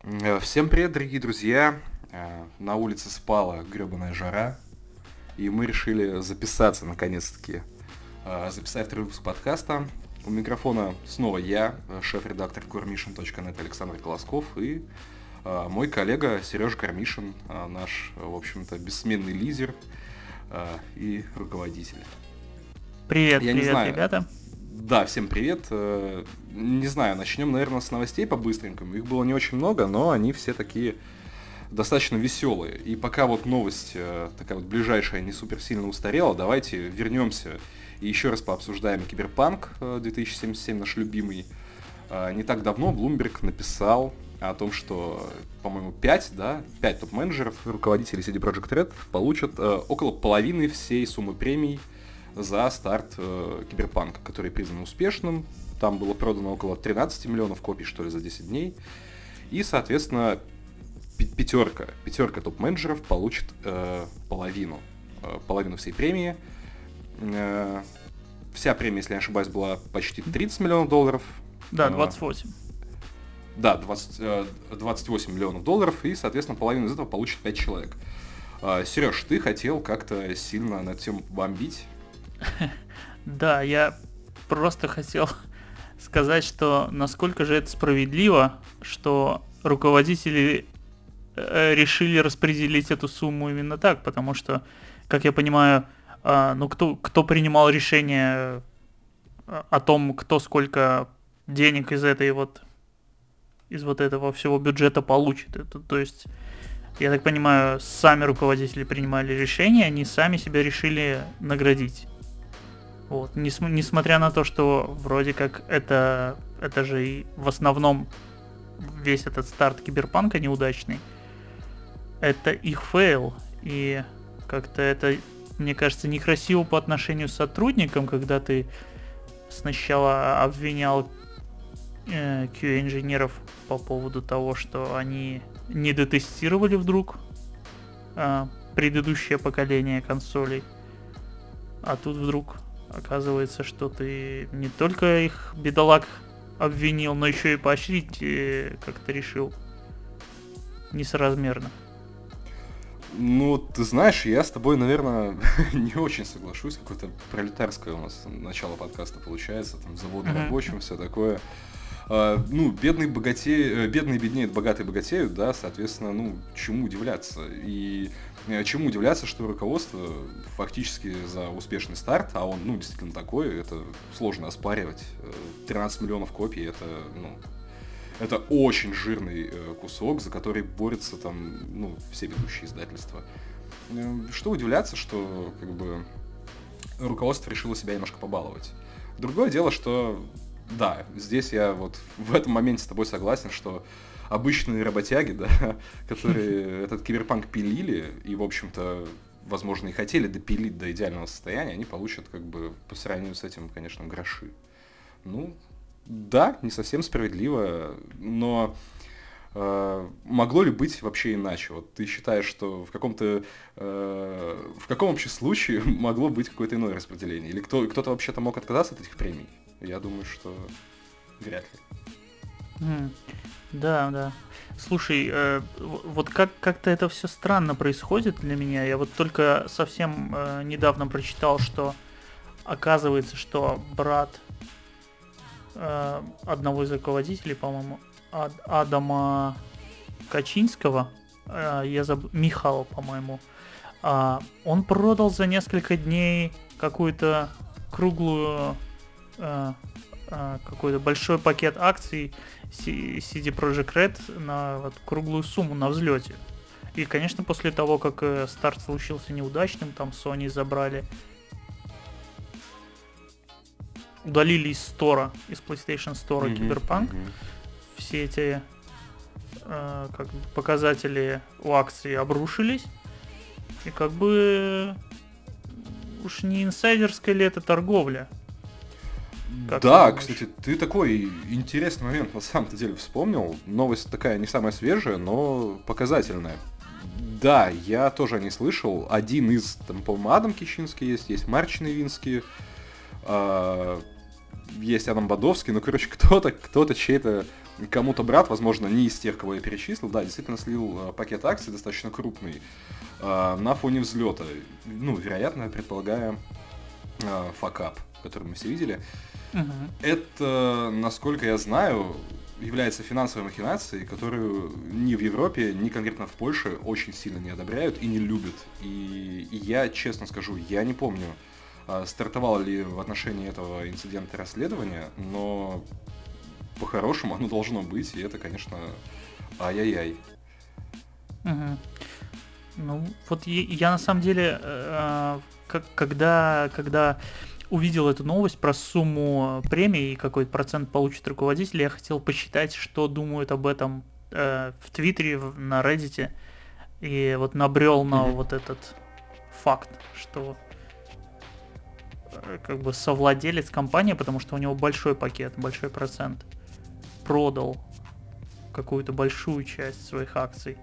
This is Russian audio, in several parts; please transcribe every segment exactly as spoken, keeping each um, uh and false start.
Э, Всем привет, дорогие друзья! Э, На улице спала гребаная жара, и мы решили записаться наконец-таки. Э, Записать второй выпуск подкаста. У микрофона снова я, э, шеф-редактор кормишин точка нет Александр Колосков, и э, мой коллега Сережа Кормишин, э, наш, э, в общем-то, бессменный лидер э, и руководитель. Привет, Я не привет, знаю. ребята. Да, всем привет. Э, Не знаю, начнем, наверное, с новостей по-быстренькому. Их было не очень много, но они все такие достаточно веселые. И пока вот новость э, такая вот ближайшая не супер сильно устарела, давайте вернемся и еще раз пообсуждаем Киберпанк э, две тысячи семьдесят семь, наш любимый. Э, Не так давно Bloomberg написал о том, что, по-моему, пять, да, пять топ-менеджеров, руководителей си ди Projekt Red получат э, около половины всей суммы премий за старт э, Киберпанка, который признан успешным. Там было продано около тринадцать миллионов копий, что ли, за десять дней. И, соответственно, пятерка, пятерка топ-менеджеров получит э, половину, э, половину всей премии. Э, вся премия, если я не ошибаюсь, была почти тридцать миллионов долларов. Да, Э, двадцать восемь. да, двадцать, э, двадцать восемь миллионов долларов, и, соответственно, половину из этого получит пять человек. Э, Сереж, ты хотел как-то сильно на эту тему бомбить? Да, я просто хотел сказать, что насколько же это справедливо, что руководители э, решили распределить эту сумму именно так, потому что, как я понимаю, э, ну кто, кто принимал решение э, о том, кто сколько денег из этой вот из вот этого всего бюджета получит. Это, то есть, я так понимаю, сами руководители принимали решение, они сами себя решили наградить. Вот. Нес- несмотря на то, что вроде как это, это же и в основном весь этот старт Киберпанка неудачный, это их фейл, и как-то это, мне кажется, некрасиво по отношению к сотрудникам, когда ты сначала обвинял э, кью эй-инженеров по поводу того, что они не дотестировали вдруг э, предыдущее поколение консолей, а тут вдруг оказывается, что ты не только их, бедолаг, обвинил, но еще и поощрить э, как-то решил несоразмерно. Ну, ты знаешь, я с тобой, наверное, не очень соглашусь. Какое-то пролетарское у нас начало подкаста получается, там, заводы Мгм. рабочим, все такое. А, ну, бедные богатеют, бедные беднеют, богатые богатеют, да, соответственно, ну, чему удивляться? И э, чему удивляться, что руководство фактически за успешный старт, а он, ну, действительно такой, это сложно оспаривать. Э, тринадцать миллионов копий, это, ну, это очень жирный э, кусок, за который борются там, ну, все ведущие издательства. Э, Что удивляться, что как бы руководство решило себя немножко побаловать. Другое дело, что да, здесь я вот в этом моменте с тобой согласен, что обычные работяги, да, которые этот киберпанк пилили и, в общем-то, возможно, и хотели допилить до идеального состояния, они получат как бы по сравнению с этим, конечно, гроши. Ну, да, не совсем справедливо, но э, могло ли быть вообще иначе? Вот ты считаешь, что в каком-то э, в каком вообще случае могло быть какое-то иное распределение? Или кто, кто-то вообще-то мог отказаться от этих премий? Я думаю, что вряд ли. М, Да, да. Слушай, э, в- вот как как-то это все странно происходит для меня. Я вот только совсем э, недавно прочитал, что оказывается, что брат э, одного из руководителей, по-моему, Ад- Адама Качинского, э, я забыл, Михаил, по-моему, а, он продал за несколько дней какую-то круглую, э, э, какой-то большой пакет акций си ди Projekt Red на вот круглую сумму на взлете. И, конечно, после того, как э, старт случился неудачным, там Sony забрали, удалили из стора, из PlayStation Store Мгм, Киберпанк, мгм. все эти э, как бы показатели у акции обрушились. И как бы уж не инсайдерская ли это торговля? Как ты Да, думаешь? кстати, ты такой интересный момент на самом-то деле вспомнил. Новость такая не самая свежая, но показательная. Да, я тоже о ней слышал. Один из, там, по-моему, Адам Кичинский есть, есть Марч Невинский, а, есть Адам Бодовский, ну, короче, кто-то, кто-то чей-то кому-то брат, возможно, не из тех, кого я перечислил, да, действительно слил пакет акций достаточно крупный на фоне взлета. Ну, вероятно, предполагая факап, который мы все видели. Uh-huh. Это, насколько я знаю, является финансовой махинацией, которую ни в Европе, ни конкретно в Польше очень сильно не одобряют и не любят. И, и я, честно скажу, я не помню, стартовало ли в отношении этого инцидента расследование, но по-хорошему оно должно быть, и это, конечно, ай-яй-яй. Угу. Ну, вот я, я на самом деле, э, как, когда, когда увидел эту новость про сумму премии и какой процент получит руководитель, я хотел посчитать, что думают об этом э, в Твиттере, в, на Reddit, и вот набрел на mm-hmm. вот этот факт, что э, как бы совладелец компании, потому что у него большой пакет, большой процент, продал какую-то большую часть своих акций.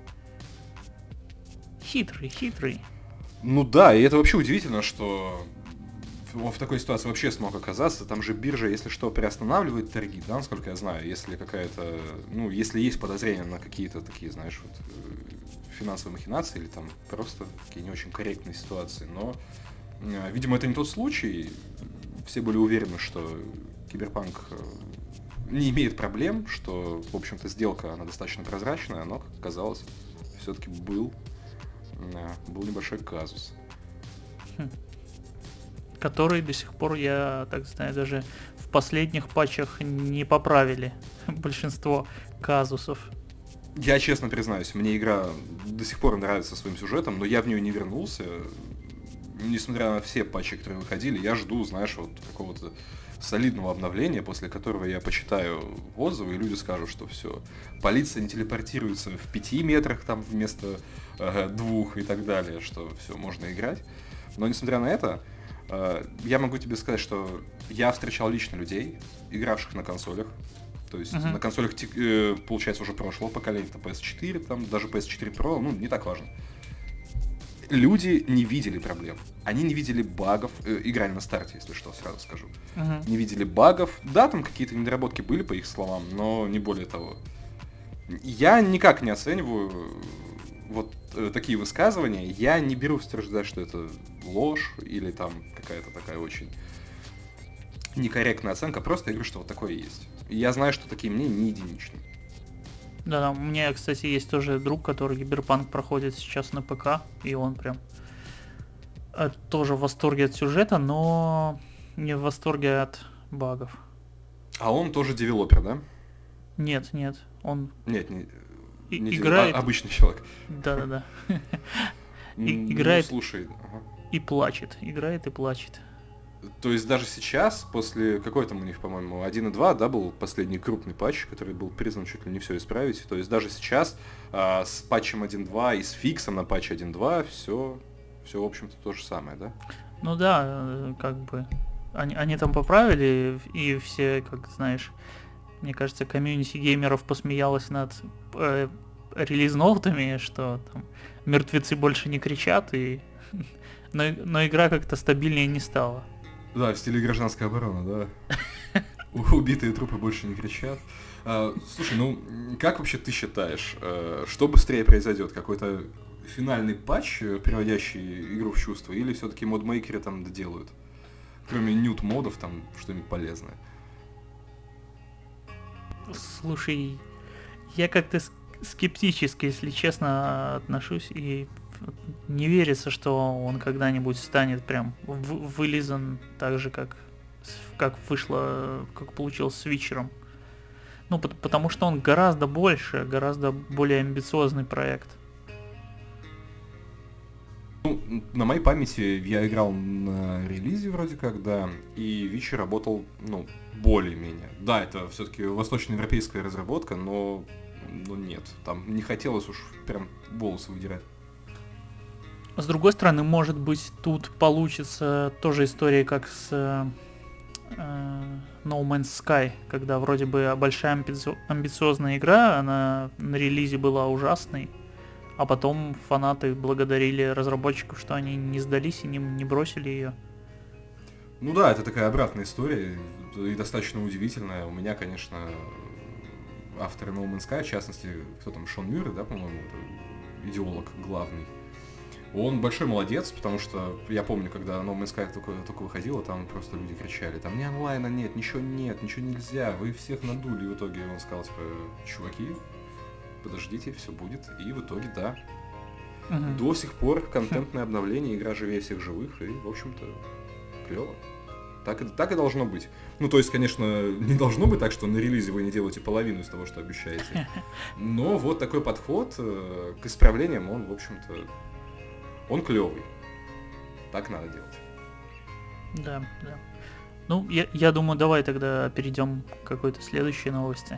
Хитрый, хитрый. Ну да, и это вообще удивительно, что он в такой ситуации вообще смог оказаться. Там же биржа, если что, приостанавливает торги, да, насколько я знаю, если какая-то, ну, если есть подозрения на какие-то такие, знаешь, вот финансовые махинации или там просто такие не очень корректные ситуации. Но, видимо, это не тот случай. Все были уверены, что Киберпанк не имеет проблем, что, в общем-то, сделка, она достаточно прозрачная, но, как оказалось, все-таки был, был небольшой казус. Хм. Который до сих пор, я так знаю, даже в последних патчах не поправили большинство казусов. Я честно признаюсь, мне игра до сих пор нравится своим сюжетом, но я в нее не вернулся. Несмотря на все патчи, которые выходили, я жду, знаешь, вот какого-то солидного обновления, после которого я почитаю отзывы, и люди скажут, что все, полиция не телепортируется в пяти метрах там вместо э, двух и так далее, что все, можно играть. Но несмотря на это, я могу тебе сказать, что я встречал лично людей, игравших на консолях. То есть uh-huh. на консолях, получается, уже прошлого поколения, там пи эс четыре, там даже пи эс четыре Pro, ну, не так важно. Люди не видели проблем. Они не видели багов. Э, играли на старте, если что, сразу скажу. Uh-huh. Не видели багов. Да, там какие-то недоработки были, по их словам, но не более того. Я никак не оцениваю вот э, такие высказывания. Я не берусь утверждать, что это ложь или там какая-то такая очень некорректная оценка. Просто я говорю, что вот такое есть. И я знаю, что такие мнения не единичны. Да-да, у меня, кстати, есть тоже друг, который Киберпанк проходит сейчас на ПК, и он прям э, тоже в восторге от сюжета, но не в восторге от багов. А он тоже девелопер, да? Нет, нет, он... Нет, не, не играет... девелопер, а обычный человек. Да-да-да. Играет слушай, и плачет, играет и плачет. То есть даже сейчас, после какой там у них, по-моему, один и два, да, был последний крупный патч, который был призван чуть ли не все исправить. То есть даже сейчас а, с патчем один два и с фиксом на патч один два все, все, в общем-то, то же самое, да? Ну да, как бы они, они там поправили, и все, как знаешь, мне кажется, комьюнити геймеров посмеялось над э, релиз-ноутами, что там мертвецы больше не кричат, и но, но игра как-то стабильнее не стала. Да, в стиле гражданская оборона, да. Убитые трупы больше не кричат. А, слушай, ну, как вообще ты считаешь, что быстрее произойдет? Какой-то финальный патч, приводящий игру в чувство, или все-таки модмейкеры там доделают? Кроме нют-модов, там что-нибудь полезное. Слушай, я как-то скептически, если честно, отношусь, и не верится, что он когда-нибудь станет прям вылизан так же, как, как вышло, как получилось с Вичером. Ну, потому что он гораздо больше, гораздо более амбициозный проект. Ну, на моей памяти я играл на релизе вроде как, да, и Вичер работал, ну, более-менее. Да, это все-таки восточноевропейская разработка, но, но нет, там не хотелось уж прям волосы выдирать. С другой стороны, может быть, тут получится тоже история, как с э, No Man's Sky, когда вроде бы большая амбици- амбициозная игра, она на релизе была ужасной, а потом фанаты благодарили разработчиков, что они не сдались и не, не бросили ее. Ну да, это такая обратная история, и достаточно удивительная. У меня, конечно, авторы No Man's Sky, в частности, кто там, Шон Мюррей, да, по-моему, это идеолог главный. Он большой молодец, потому что я помню, когда No Man's Sky только, только выходила, там просто люди кричали, там ни онлайна нет, ничего нет, ничего нельзя, вы всех надули. И в итоге он сказал, типа, чуваки, подождите, все будет. И в итоге, да, uh-huh. до сих пор контентное обновление, игра живее всех живых, и, в общем-то, клево. Так и, так и должно быть. Ну, то есть, конечно, не должно быть так, что на релизе вы не делаете половину из того, что обещаете. Но вот такой подход э, к исправлениям, он, в общем-то, он клевый. Так надо делать. Да, да. Ну, я, я думаю, давай тогда перейдем к какой-то следующей новости.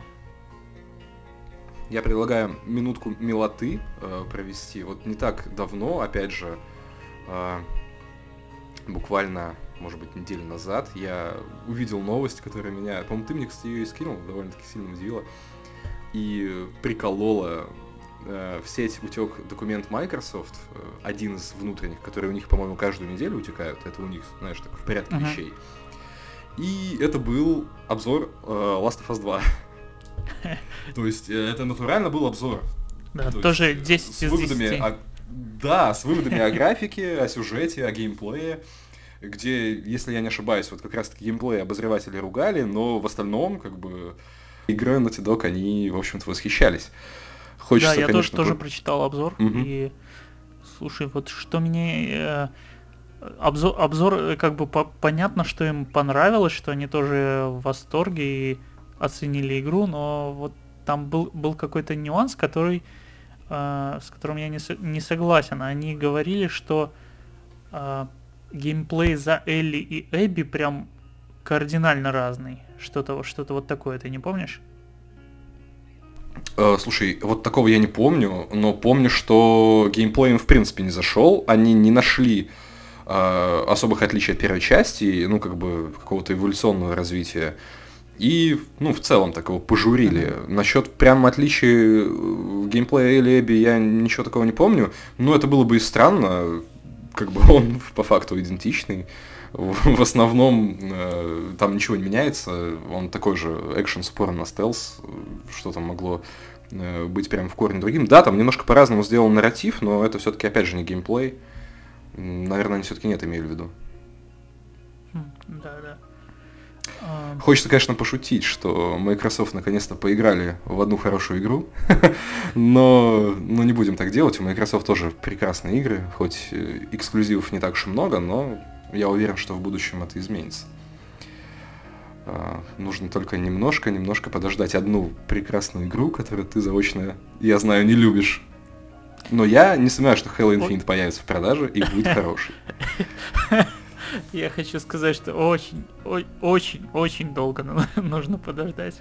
Я предлагаю минутку милоты э, провести. Вот не так давно, опять же, э, буквально, может быть, неделю назад, я увидел новость, которая меня... По-моему, ты мне, кстати, ее и скинул, довольно-таки сильно удивила. И приколола... В сеть утек документ Microsoft, один из внутренних, которые у них, по-моему, каждую неделю утекают. Это у них, знаешь, так в порядке uh-huh. вещей. И это был обзор э, Last of Us два. То есть это натурально был обзор. Да, тоже десять из десяти. Да, с выводами о графике, о сюжете, о геймплее. Где, если я не ошибаюсь, вот как раз-таки геймплей обозреватели ругали, но в остальном, как бы, игрой Naughty Dog они, в общем-то, восхищались. Хочется, да, я конечно, тоже, тоже вот... прочитал обзор, угу. и слушай, вот что мне... Э, обзор, обзор, как бы по, понятно, что им понравилось, что они тоже в восторге и оценили игру, но вот там был, был какой-то нюанс, который, э, с которым я не, не согласен. Они говорили, что э, геймплей за Элли и Эбби прям кардинально разный. Что-то, что-то вот такое, ты не помнишь? Слушай, вот такого я не помню, но помню, что геймплей им в принципе не зашел, они не нашли э, особых отличий от первой части, ну, как бы, какого-то эволюционного развития, и, ну, в целом так его пожурили. Mm-hmm. Насчет прям отличий геймплея Элли и Эбби я ничего такого не помню, но это было бы и странно, как бы он по факту идентичный. В основном э, там ничего не меняется, он такой же экшен с упором на стелс, что там могло э, быть прям в корне другим. Да, там немножко по-разному сделан нарратив, но это все-таки опять же не геймплей. Наверное, они все-таки нет имели в виду. Да, да. Хочется, конечно, пошутить, что Microsoft наконец-то поиграли в одну хорошую игру, но, но не будем так делать. У Microsoft тоже прекрасные игры, хоть эксклюзивов не так уж и много, но я уверен, что в будущем это изменится. А, нужно только немножко-немножко подождать одну прекрасную игру, которую ты заочно, я знаю, не любишь. Но я не сомневаюсь, что Halo Infinite появится в продаже и будет хороший. Я хочу сказать, что очень, очень, очень долго нужно подождать.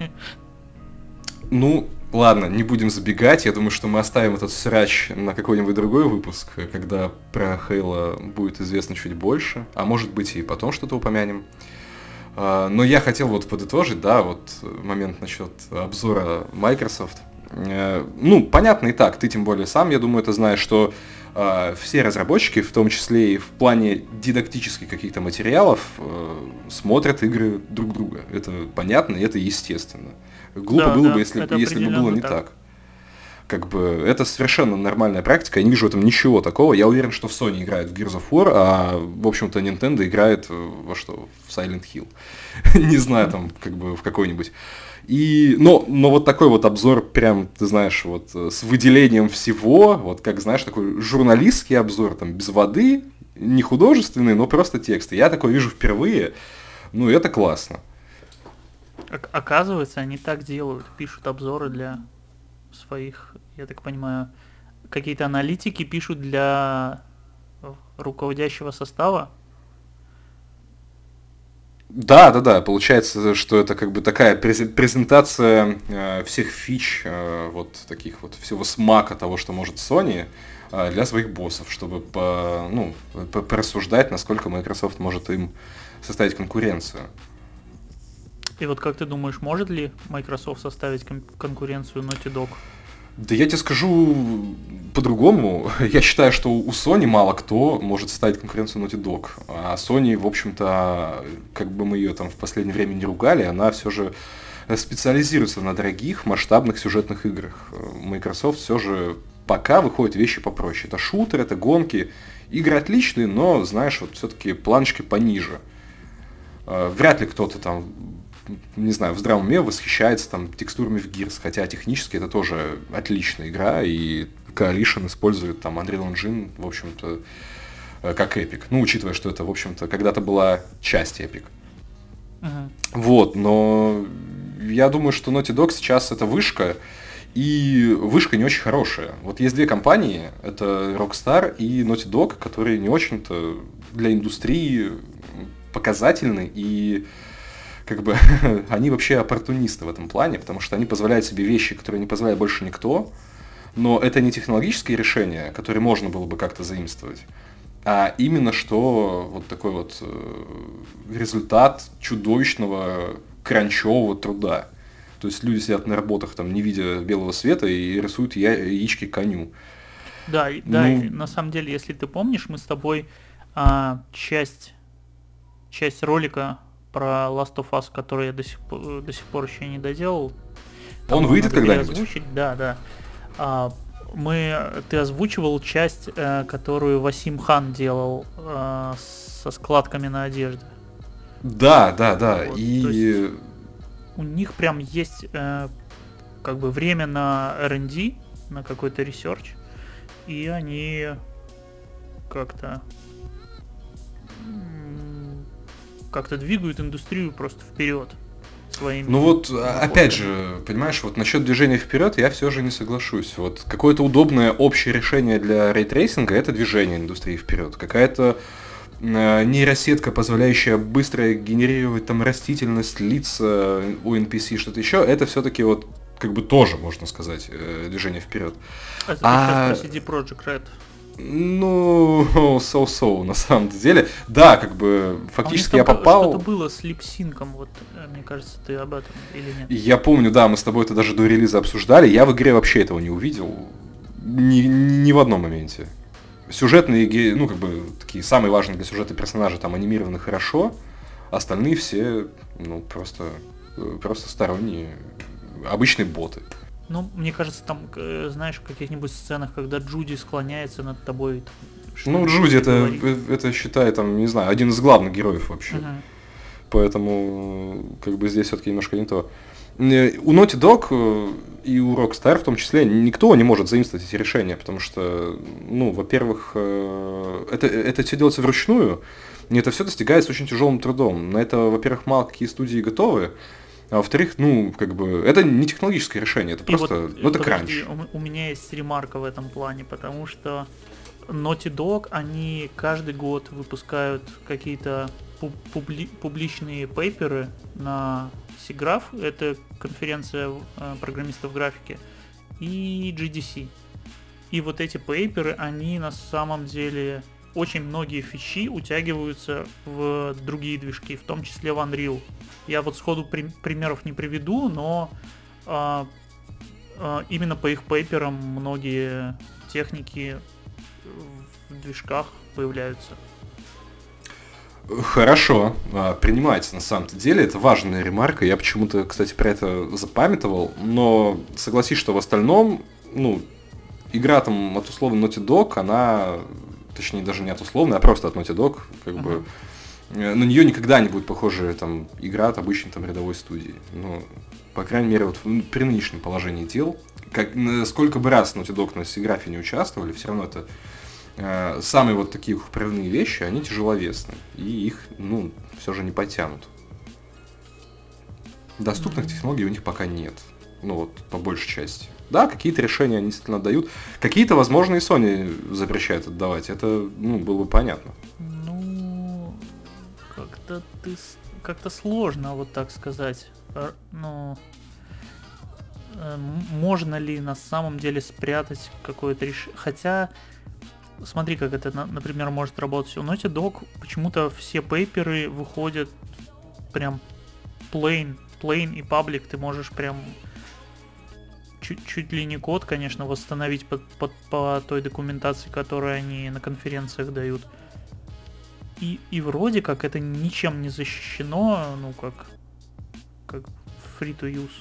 Ну, ладно, не будем забегать. Я думаю, что мы оставим этот срач на какой-нибудь другой выпуск, когда про Halo будет известно чуть больше. А может быть и потом что-то упомянем. Но я хотел вот подытожить, да, вот момент насчет обзора Microsoft. Ну, понятно и так, ты тем более сам, я думаю, это знаешь, что э, все разработчики, в том числе и в плане дидактических каких-то материалов, э, смотрят игры друг друга. Это понятно и это естественно. Глупо да, было да, бы, если, если бы было не так. так. Как бы это совершенно нормальная практика, я не вижу в этом ничего такого. Я уверен, что в Sony играют в Gears of War, а, в общем-то, Nintendo играет во что? В Silent Hill. Не знаю, там, как бы в какой-нибудь. И, но, но вот такой вот обзор, прям, ты знаешь, вот с выделением всего, вот как, знаешь, такой журналистский обзор, там, без воды, не художественный, но просто тексты. Я такой вижу впервые, ну, это классно. Оказывается, они так делают, пишут обзоры для своих, я так понимаю, какие-то аналитики пишут для руководящего состава. Да, да, да, получается, что это как бы такая презентация э, всех фич, э, вот таких вот, всего смака того, что может Sony, э, для своих боссов, чтобы по, ну, порассуждать, насколько Microsoft может им составить конкуренцию. И вот как ты думаешь, может ли Microsoft составить кон- конкуренцию Naughty Dog? Да я тебе скажу по-другому. Я считаю, что у Sony мало кто может составить конкуренцию Naughty Dog. А Sony, в общем-то, как бы мы ее там в последнее время не ругали, она все же специализируется на дорогих масштабных сюжетных играх. Microsoft все же пока выходят вещи попроще. Это шутер, это гонки. Игры отличные, но, знаешь, вот все-таки планочки пониже. Вряд ли кто-то там, не знаю, в здравом уме восхищается там текстурами в Gears, хотя технически это тоже отличная игра, и Coalition использует там Unreal Engine, в общем-то, как Epic. Ну, учитывая, что это, в общем-то, когда-то была часть Epic. Uh-huh. Вот, но я думаю, что Naughty Dog сейчас это вышка, и вышка не очень хорошая. Вот есть две компании, это Rockstar и Naughty Dog, которые не очень-то для индустрии показательны, и как бы они вообще оппортунисты в этом плане, потому что они позволяют себе вещи, которые не позволяет больше никто, но это не технологические решения, которые можно было бы как-то заимствовать, а именно что вот такой вот результат чудовищного кранчевого труда. То есть люди сидят на работах, там, не видя белого света, и рисуют я- яички коню. Да, ну... да, и на самом деле, если ты помнишь, мы с тобой а, часть, часть ролика про Last of Us, который я до сих, до сих пор еще не доделал. Он выйдет когда-нибудь? Озвучить. Да, да. А, мы, ты озвучивал часть, э, которую Васим Хан делал э, со складками на одежде. Да, да, да. Вот, и... у них прям есть э, как бы время на эр энд ди, на какой-то ресерч, и они как-то как-то двигают индустрию просто вперед своими. Ну вот, опять же, понимаешь, вот насчет движения вперед я все же не соглашусь. Вот какое-то удобное общее решение для рейтрейсинга — это движение индустрии вперед. Какая-то нейросетка, позволяющая быстро генерировать там растительность, лица у эн пи си, что-то еще, это все-таки вот как бы тоже, можно сказать, движение вперед. Это а... ты сейчас про си ди Projekt Red. Ну, so-so, на самом деле. Да, как бы, фактически а я попал... Что-то было с липсинком, вот, мне кажется, ты об этом или нет? Я помню, да, мы с тобой это даже до релиза обсуждали, я в игре вообще этого не увидел, ни, ни в одном моменте. Сюжетные, ну, как бы, такие самые важные для сюжета персонажи там анимированы хорошо, остальные все, ну, просто, просто сторонние, обычные боты. Ну, мне кажется, там, знаешь, в каких-нибудь сценах, когда Джуди склоняется над тобой. Ну, Джуди это, это, считай, там, не знаю, один из главных героев вообще. Uh-huh. Поэтому, как бы, здесь все-таки немножко не то. У Naughty Dog и у Rockstar в том числе никто не может заимствовать эти решения, потому что, ну, во-первых, это, это все делается вручную, и это все достигается очень тяжелым трудом. На это, во-первых, мало какие студии готовы, а во-вторых, ну, как бы, это не технологическое решение, это и просто, вот, ну, это кранч. У, у меня есть ремарка в этом плане, потому что Naughty Dog, они каждый год выпускают какие-то публи, публичные пейперы на Сиграф, это конференция э, программистов графики, и джи ди си. И вот эти пейперы, они на самом деле, очень многие фичи утягиваются в другие движки, в том числе в Unreal. Я вот сходу при- примеров не приведу, но э, э, именно по их пейперам многие техники в движках появляются. Хорошо, принимается на самом-то деле, это важная ремарка, я почему-то, кстати, про это запамятовал, но согласись, что в остальном, ну, игра там от условно Naughty Dog, она, точнее даже не от условно, а просто от Naughty Dog, как uh-huh. бы, на нее никогда не будет похожая там игра от обычной там рядовой студии, ну, по крайней мере, вот при нынешнем положении дел, как, сколько бы раз Naughty Dog на Сиграфе не участвовали, все равно это... Самые вот такие прорывные вещи, они тяжеловесны, и их, ну, все же не потянут. Доступных mm-hmm. технологий у них пока нет, ну вот, по большей части. Да, какие-то решения они действительно дают, какие-то, возможно, и Sony запрещает отдавать, это, ну, было бы понятно. Ну, как-то ты, как-то сложно вот так сказать, ну... Можно ли на самом деле спрятать какое-то решение, хотя... Смотри, как это, например, может работать. У Naughty Dog почему-то все пейперы выходят прям plain, plain и public. Ты можешь прям чуть, чуть ли не код, конечно, восстановить под, под, по той документации, которую они на конференциях дают. И, и вроде как это ничем не защищено, ну как, как free to use.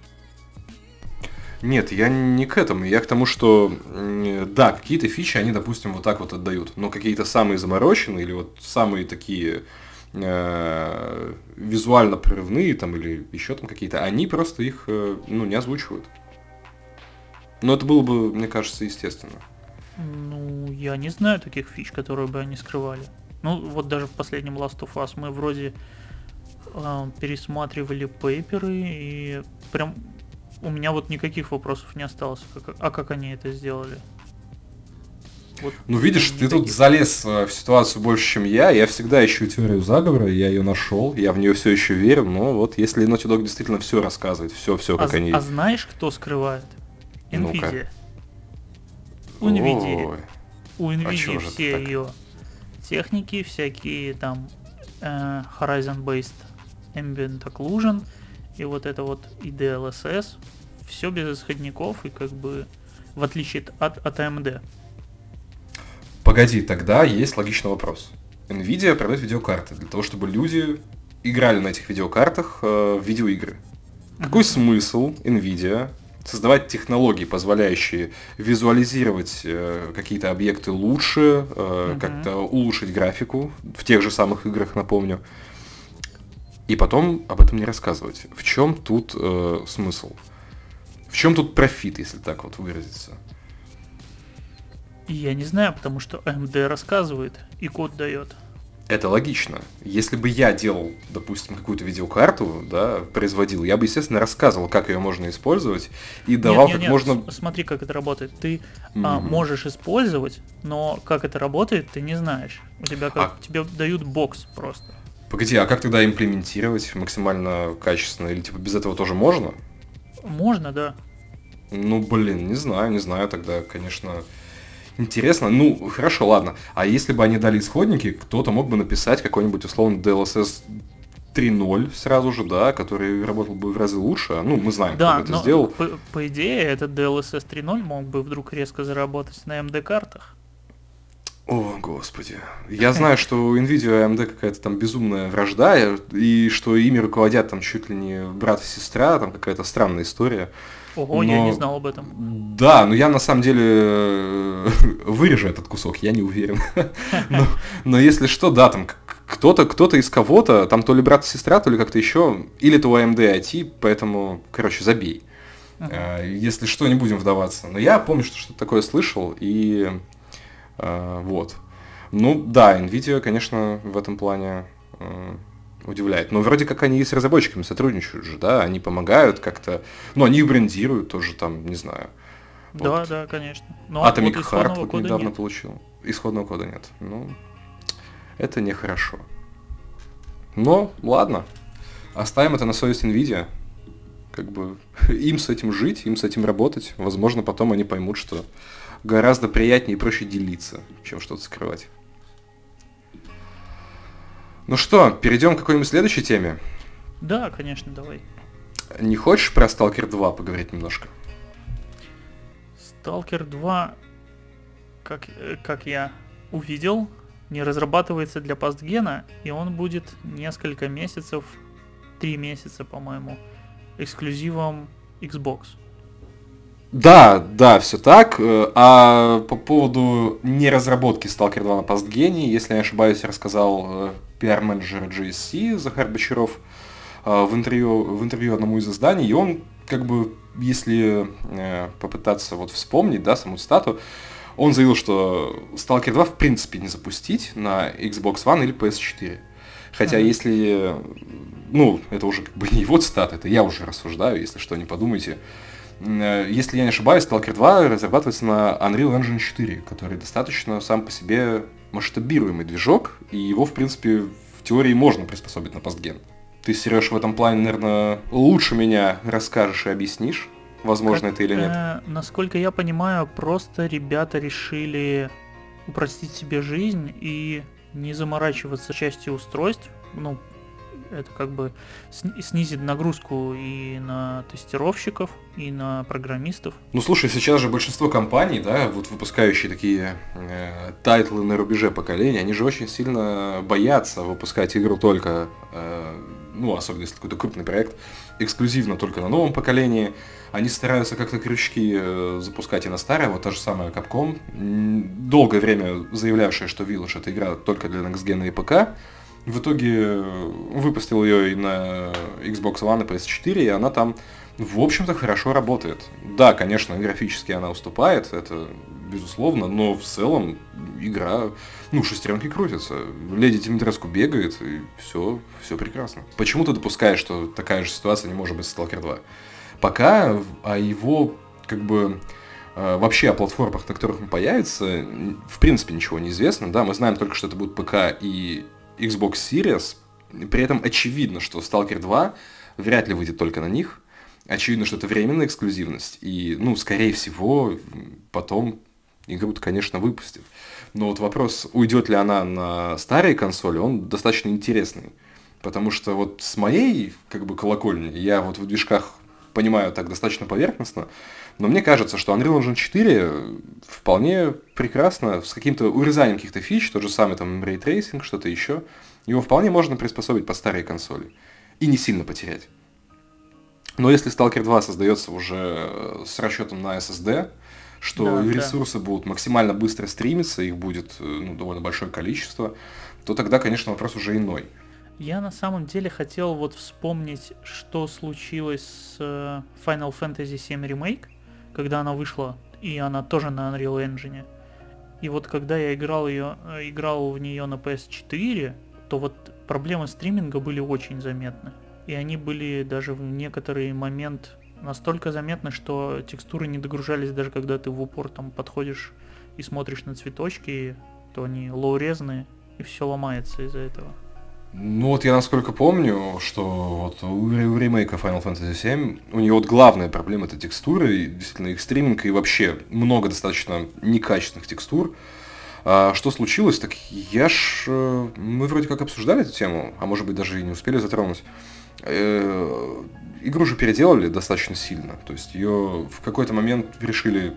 Нет, я не к этому. Я к тому, что да, какие-то фичи они, допустим, вот так вот отдают. Но какие-то самые замороченные или вот самые такие э, визуально прорывные там или еще там какие-то, они просто их э, ну, не озвучивают. Но это было бы, мне кажется, естественно. Ну, я не знаю таких фич, которые бы они скрывали. Ну, вот даже в последнем Last of Us мы вроде э, пересматривали пейперы, и прям у меня вот никаких вопросов не осталось. Как, а как они это сделали? Вот, ну, видишь, ты никаких. тут залез в ситуацию больше, чем я. Я всегда ищу теорию заговора, я ее нашел, я в нее все еще верю. Но вот если Naughty Dog действительно все рассказывает, все, все, как а, они. А знаешь, кто скрывает? Nvidia. У Ой. Nvidia. У А Nvidia чё же все это так? ее техники, всякие там э, Horizon-based Ambient Occlusion и вот это вот и ди эл эс эс. Все без исходников и как бы в отличие от, от эй эм ди. Погоди, тогда есть логичный вопрос. Nvidia продает видеокарты для того, чтобы люди играли на этих видеокартах э, в видеоигры. Mm-hmm. Какой смысл Nvidia создавать технологии, позволяющие визуализировать э, какие-то объекты лучше, э, mm-hmm. как-то улучшить графику в тех же самых играх, напомню, и потом об этом не рассказывать? В чем тут э, смысл? В чем тут профит, если так вот выразиться? Я не знаю, потому что эй эм ди рассказывает и код дает. Это логично. Если бы я делал, допустим, какую-то видеокарту, да, производил, я бы, естественно, рассказывал, как ее можно использовать, и давал нет, нет, как нет, можно... Смотри, как это работает. Ты mm-hmm. а, можешь использовать, но как это работает, ты не знаешь. У тебя как а... тебе дают бокс просто. Погоди, а как тогда имплементировать максимально качественно? Или типа без этого тоже можно? Можно, да. Ну, блин, не знаю, не знаю тогда, конечно... Интересно. Ну, хорошо, ладно. А если бы они дали исходники, кто-то мог бы написать какой-нибудь условно ди эл эс эс три ноль сразу же, да, который работал бы в разы лучше. Ну, мы знаем, да, кто бы это но сделал. По, по идее, этот ди эл эс эс три ноль мог бы вдруг резко заработать на эй эм ди-картах. О, господи. Я знаю, что у Nvidia и эй эм ди какая-то там безумная вражда, и что ими руководят там чуть ли не брат и сестра, там какая-то странная история. Ого, но... я не знал об этом. Да, но я на самом деле вырежу этот кусок, я не уверен. но, но если что, да, там кто-то, кто-то из кого-то, там то ли брат и сестра, то ли как-то еще, или то у эй эм ди ай ти, поэтому, короче, забей. Uh-huh. Если что, не будем вдаваться. Но я помню, что что-то такое слышал, и uh, вот. Ну да, Nvidia, конечно, в этом плане... Uh, удивляет. Но вроде как они и с разработчиками сотрудничают же, да, они помогают как-то, ну, они брендируют тоже там, не знаю. Да, вот. да, конечно. Но Atomic вот Heart вот недавно нет. получил. Исходного кода нет. Ну, это нехорошо. Но, ладно. Оставим это на совесть Nvidia. Как бы им с этим жить, им с этим работать. Возможно, потом они поймут, что гораздо приятнее и проще делиться, чем что-то скрывать. Ну что, перейдем к какой-нибудь следующей теме? Да, конечно, давай. Не хочешь про Stalker два поговорить немножко? Stalker два, как, как я увидел, не разрабатывается для пастгена, и он будет несколько месяцев, три месяца, по-моему, эксклюзивом Xbox. Да, да, все так. А по поводу неразработки Stalker два на пастгене, если я не ошибаюсь, рассказал пиар-менеджер джи эс си Захар Бочаров в интервью, в интервью одному из изданий, и он, как бы, если попытаться вот вспомнить, да, саму цитату, он заявил, что Stalker два в принципе не запустить на Xbox One или пи эс четыре. Хотя mm-hmm. если, ну, это уже как бы не его цитата, это я уже рассуждаю, если что, не подумайте. Если я не ошибаюсь, Stalker два разрабатывается на Unreal Engine четыре, который достаточно сам по себе масштабируемый движок, и его, в принципе, в теории можно приспособить на пастген. Ты, Сереж, в этом плане, наверное, лучше меня расскажешь и объяснишь, возможно как, это или нет. Э, насколько я понимаю, просто ребята решили упростить себе жизнь и не заморачиваться частью устройств, ну, это как бы снизит нагрузку и на тестировщиков, и на программистов. Ну, слушай, сейчас же большинство компаний, да, вот выпускающие такие э, тайтлы на рубеже поколения, они же очень сильно боятся выпускать игру только, э, ну, особенно если какой-то крупный проект, эксклюзивно только на новом поколении. Они стараются как-то крючки э, запускать и на старое. Вот та же самая Capcom, долгое время заявлявшая, что Village — это игра только для Next Gen и ПК. В итоге выпустил ее и на Xbox One и пи эс четыре, и она там, в общем-то, хорошо работает. Да, конечно, графически она уступает, это безусловно, но в целом игра, ну, шестеренки крутятся. Леди Димитреску бегает, и все, все прекрасно. Почему ты допускаешь, что такая же ситуация не может быть с Stalker два? Пока о его, как бы, вообще о платформах, на которых он появится, в принципе ничего не известно. Да, мы знаем только, что это будет ПК и Xbox Series. При этом очевидно, что Stalker два вряд ли выйдет только на них. Очевидно, что это временная эксклюзивность. И, ну, скорее всего, потом игру-то, конечно, выпустят. Но вот вопрос, уйдет ли она на старые консоли, он достаточно интересный. Потому что вот с моей, как бы, колокольни, я вот в движках понимаю так достаточно поверхностно, но мне кажется, что Unreal Engine четыре вполне прекрасно, с каким-то урезанием каких-то фич, тот же самый там Ray Tracing, что-то еще, его вполне можно приспособить под старые консоли и не сильно потерять. Но если Stalker два создается уже с расчетом на эс эс ди, что да, ресурсы да. будут максимально быстро стримиться, их будет, ну, довольно большое количество, то тогда, конечно, вопрос уже иной. Я на самом деле хотел вот вспомнить, что случилось с Final Fantasy семь Remake, когда она вышла, и она тоже на Unreal Engine. И вот когда я играл, ее, играл в нее на пи эс четыре, то вот проблемы стриминга были очень заметны. И они были даже в некоторый момент настолько заметны, что текстуры не догружались, даже когда ты в упор там подходишь и смотришь на цветочки, то они лоурезные, и все ломается из-за этого. Ну вот я насколько помню, что вот у ремейка Final Fantasy семь у нее вот главная проблема — это текстуры, и действительно их стриминг, и вообще много достаточно некачественных текстур. А что случилось, так я ж... Мы вроде как обсуждали эту тему, а может быть даже и не успели затронуть. Э-э- игру же переделали достаточно сильно, то есть ее в какой-то момент решили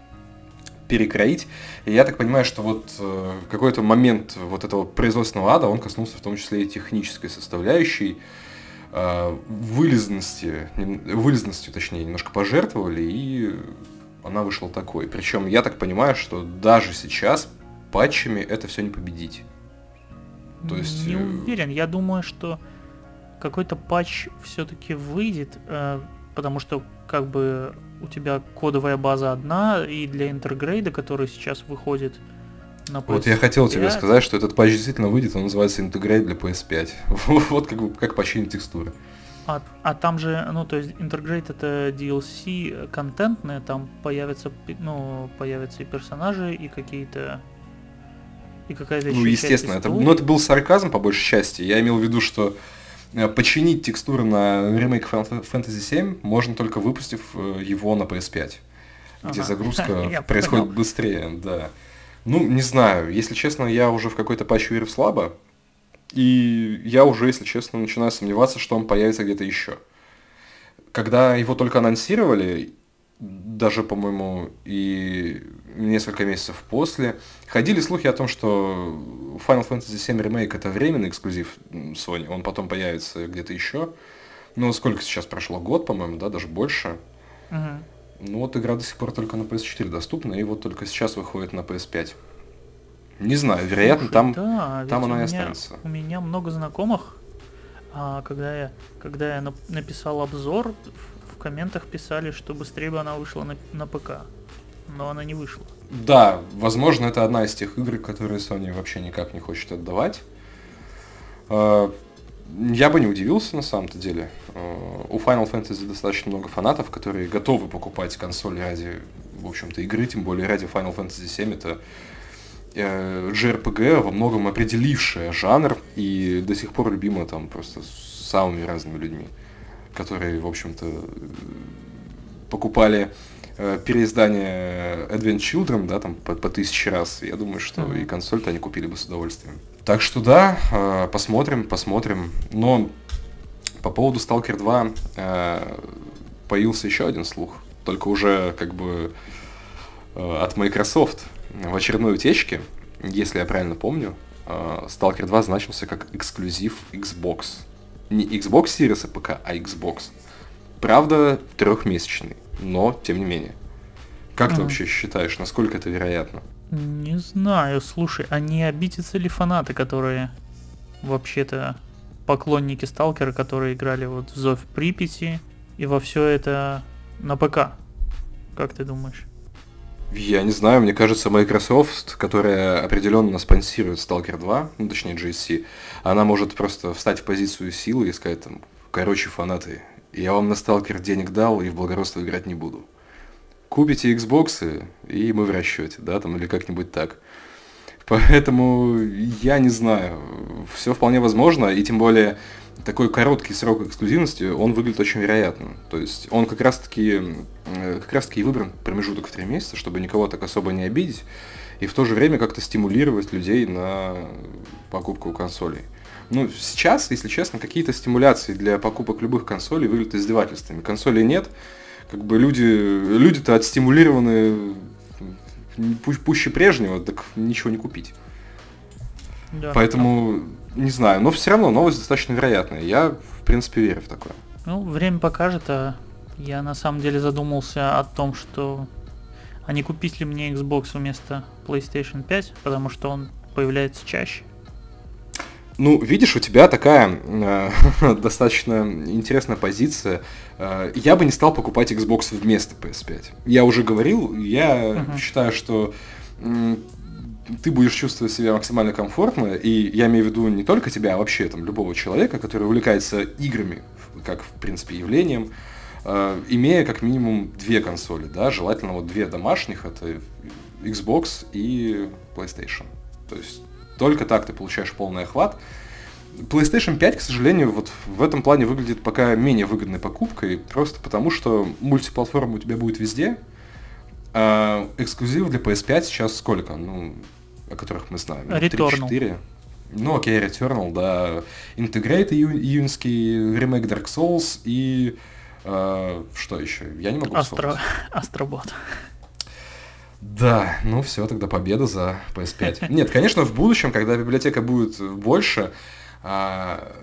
перекроить. И я так понимаю, что вот э, какой-то момент вот этого производственного ада, он коснулся в том числе и технической составляющей. Э, вылезности, вылезностью, точнее, немножко пожертвовали, и она вышла такой. Причем я так понимаю, что даже сейчас патчами это все не победить. То есть... Не уверен. Я думаю, что какой-то патч все-таки выйдет, э, потому что как бы у тебя кодовая база одна, и для интергрейда, который сейчас выходит на пи эс пять... Вот я хотел тебе сказать, что этот патч действительно выйдет, он называется интергрейд для пи эс пять. Вот как бы как починить текстуры. А, а там же, ну, то есть интергрейд — это ди эл си контентное, там появятся, ну, появятся и персонажи, и какие-то... И какая-то еще Ну, естественно, это, ну, это был сарказм по большей части. Я имел в виду, что починить текстуры на ремейк Final Fantasy семь можно только выпустив его на пи эс пять, где ага. загрузка происходит понял. быстрее, да. Ну, не знаю, если честно, я уже в какой-то патч верю слабо, и я уже, если честно, начинаю сомневаться, что он появится где-то еще. Когда его только анонсировали, даже, по-моему, и несколько месяцев после, ходили слухи о том, что Final Fantasy семь Remake — это временный эксклюзив Sony, он потом появится где-то еще. Ну, сколько сейчас прошло? Год, по-моему, да, даже больше. Uh-huh. Ну, вот игра до сих пор только на пи эс четыре доступна, и вот только сейчас выходит на пи эс пять. Не знаю, вероятно, Слушай, там, да, там она и меня, останется. У меня много знакомых, а, когда я, когда я написал обзор, в комментах писали, что быстрее бы она вышла на, на ПК. Но она не вышла. Да, возможно, это одна из тех игр, которые Sony вообще никак не хочет отдавать. Я бы не удивился на самом-то деле. У Final Fantasy достаточно много фанатов, которые готовы покупать консоль ради, в общем-то, игры, тем более ради Final Fantasy семь. Это джей ар пи джи, во многом определившая жанр и до сих пор любима там просто самыми разными людьми, которые, в общем-то, покупали переиздание Advent Children, да, там по, по тысяче раз. Я думаю, что mm-hmm. и консоль-то они купили бы с удовольствием. Так что да, посмотрим, посмотрим. Но по поводу Stalker два появился еще один слух, только уже как бы от Microsoft. В очередной утечке, если я правильно помню, Stalker два значился как эксклюзив Xbox. Не Xbox Series и ПК, а Xbox. Правда, трехмесячный, но тем не менее. Как mm. ты вообще считаешь, насколько это вероятно? Не знаю, слушай, а не обидятся ли фанаты, которые вообще-то поклонники Сталкера, которые играли вот в Зов Припяти и во все это на ПК? Как ты думаешь? Я не знаю, мне кажется, Microsoft, которая определенно спонсирует Stalker два, ну точнее джи эс си, она может просто встать в позицию силы и сказать там, короче, фанаты, я вам на Stalker денег дал и в благородство играть не буду. Купите Xbox, и мы в расчете, да, там, или как-нибудь так. Поэтому я не знаю, все вполне возможно, и тем более такой короткий срок эксклюзивности, он выглядит очень вероятным. То есть он как раз-таки, как раз-таки и выбран промежуток в три месяца, чтобы никого так особо не обидеть, и в то же время как-то стимулировать людей на покупку консолей. Ну, сейчас, если честно, какие-то стимуляции для покупок любых консолей выглядят издевательствами. Консолей нет, как бы люди, люди-то отстимулированы пуще прежнего, так ничего не купить. Да, Поэтому, да. не знаю, но все равно новость достаточно вероятная. Я, в принципе, верю в такое. Ну, время покажет, а я на самом деле задумался о том, что а не купить ли мне Xbox вместо PlayStation пять, потому что он появляется чаще. Ну, видишь, у тебя такая э, достаточно интересная позиция. Э, я бы не стал покупать Xbox вместо пи эс пять. Я уже говорил, я uh-huh. считаю, что э, ты будешь чувствовать себя максимально комфортно, и я имею в виду не только тебя, а вообще там любого человека, который увлекается играми, как, в принципе, явлением, э, имея как минимум две консоли, да, желательно вот две домашних, это Xbox и PlayStation. То есть только так ты получаешь полный охват. PlayStation пять, к сожалению, вот в этом плане выглядит пока менее выгодной покупкой, просто потому что мультиплатформа у тебя будет везде, а эксклюзивов для пи эс пять сейчас сколько? Ну, о которых мы знаем. три-четыре. Ну, окей, Returnal, да. Integrate июньский, ремейк Dark Souls и... Э, что еще? Я не могу вспомнить. Астробот. Да, ну все, тогда победа за пи эс пять. Нет, конечно, в будущем, когда библиотека будет больше, а,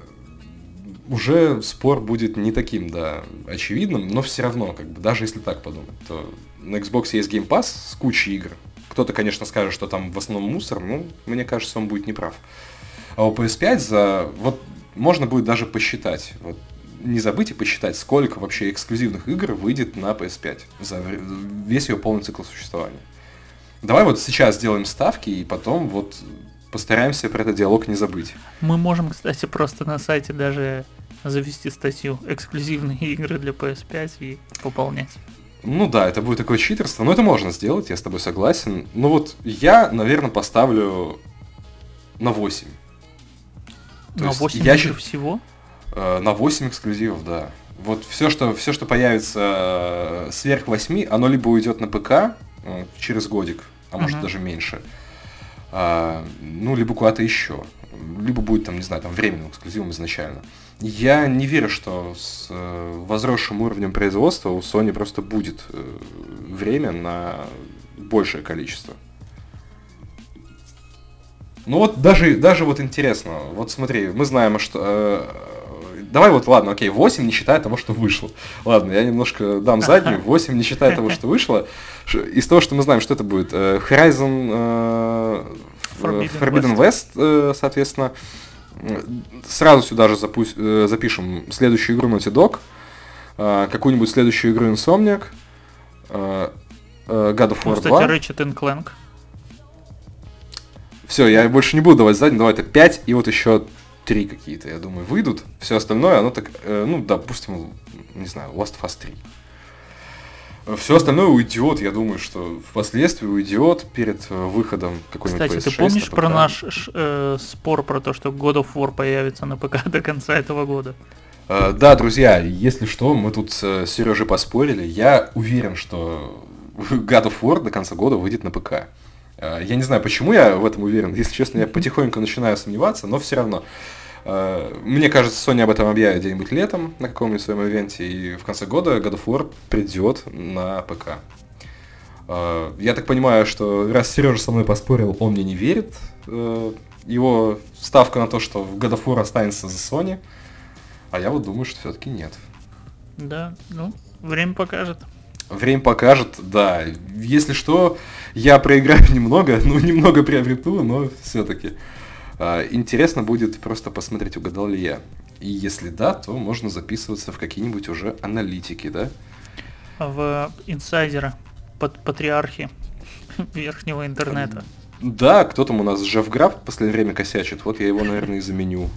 уже спор будет не таким, да, очевидным, но все равно, как бы, даже если так подумать, то на Xbox есть Game Pass с кучей игр. Кто-то, конечно, скажет, что там в основном мусор, но мне кажется, он будет неправ. А у пи эс пять за... Вот можно будет даже посчитать, вот, не забыть и посчитать, сколько вообще эксклюзивных игр выйдет на пи эс пять за весь ее полный цикл существования. Давай вот сейчас сделаем ставки и потом вот постараемся про этот диалог не забыть. Мы можем, кстати, просто на сайте даже завести статью «Эксклюзивные игры для пи эс пять» и пополнять. Ну да, это будет такое читерство, но это можно сделать, я с тобой согласен. Ну вот я, наверное, поставлю на восемь. То на восемь игр я... всего? На восемь эксклюзивов, да. Вот все, что, все, что появится сверх восьми, оно либо уйдет на ПК через годик, а uh-huh. может даже меньше, а, ну, либо куда-то еще. Либо будет, там, не знаю, там, временным эксклюзивом изначально. Я не верю, что с э, возросшим уровнем производства у Sony просто будет э, время на большее количество. Ну вот даже, даже вот интересно, вот смотри, мы знаем, что... Э, давай вот, ладно, окей, восемь не считая того, что вышло. Ладно, я немножко дам заднюю, восемь не считая того, что вышло. Из того, что мы знаем, что это будет? Horizon э, Forbidden, Forbidden West, West, соответственно. Сразу сюда же запусть, запишем следующую игру Naughty Dog, какую-нибудь следующую игру Insomniac, God of War ну, кстати, два. Ratchet and Clank. Все, я больше не буду давать заднюю, давай это пять, и вот еще три какие-то, я думаю, выйдут. Все остальное, оно так, ну, допустим, не знаю, Last of Us три. Все остальное уйдет, я думаю, что впоследствии уйдет перед выходом какой-нибудь пи эс шесть. Кстати, ты помнишь про наш э, спор про то, что God of War появится на ПК до конца этого года? Э, да, друзья, если что, мы тут с Сережей поспорили. Я уверен, что God of War до конца года выйдет на ПК. Э, я не знаю, почему я в этом уверен. Если честно, я потихоньку начинаю сомневаться, но все равно. Мне кажется, Sony об этом объявит где-нибудь летом на каком-нибудь своем ивенте, и в конце года God of War придет на ПК. Я так понимаю, что раз Сережа со мной поспорил, он мне не верит. Его ставка на то, что God of War останется за Sony. А я вот думаю, что все-таки нет. Да, ну, время покажет. Время покажет, да. Если что, я проиграю немного, ну, немного приобрету, но все-таки. Интересно будет просто посмотреть, угадал ли я. И если да, то можно записываться в какие-нибудь уже аналитики, да? В инсайдера, под патриархи верхнего интернета. Да, кто там у нас, Жевграф в последнее время косячит, вот я его, наверное, и заменю.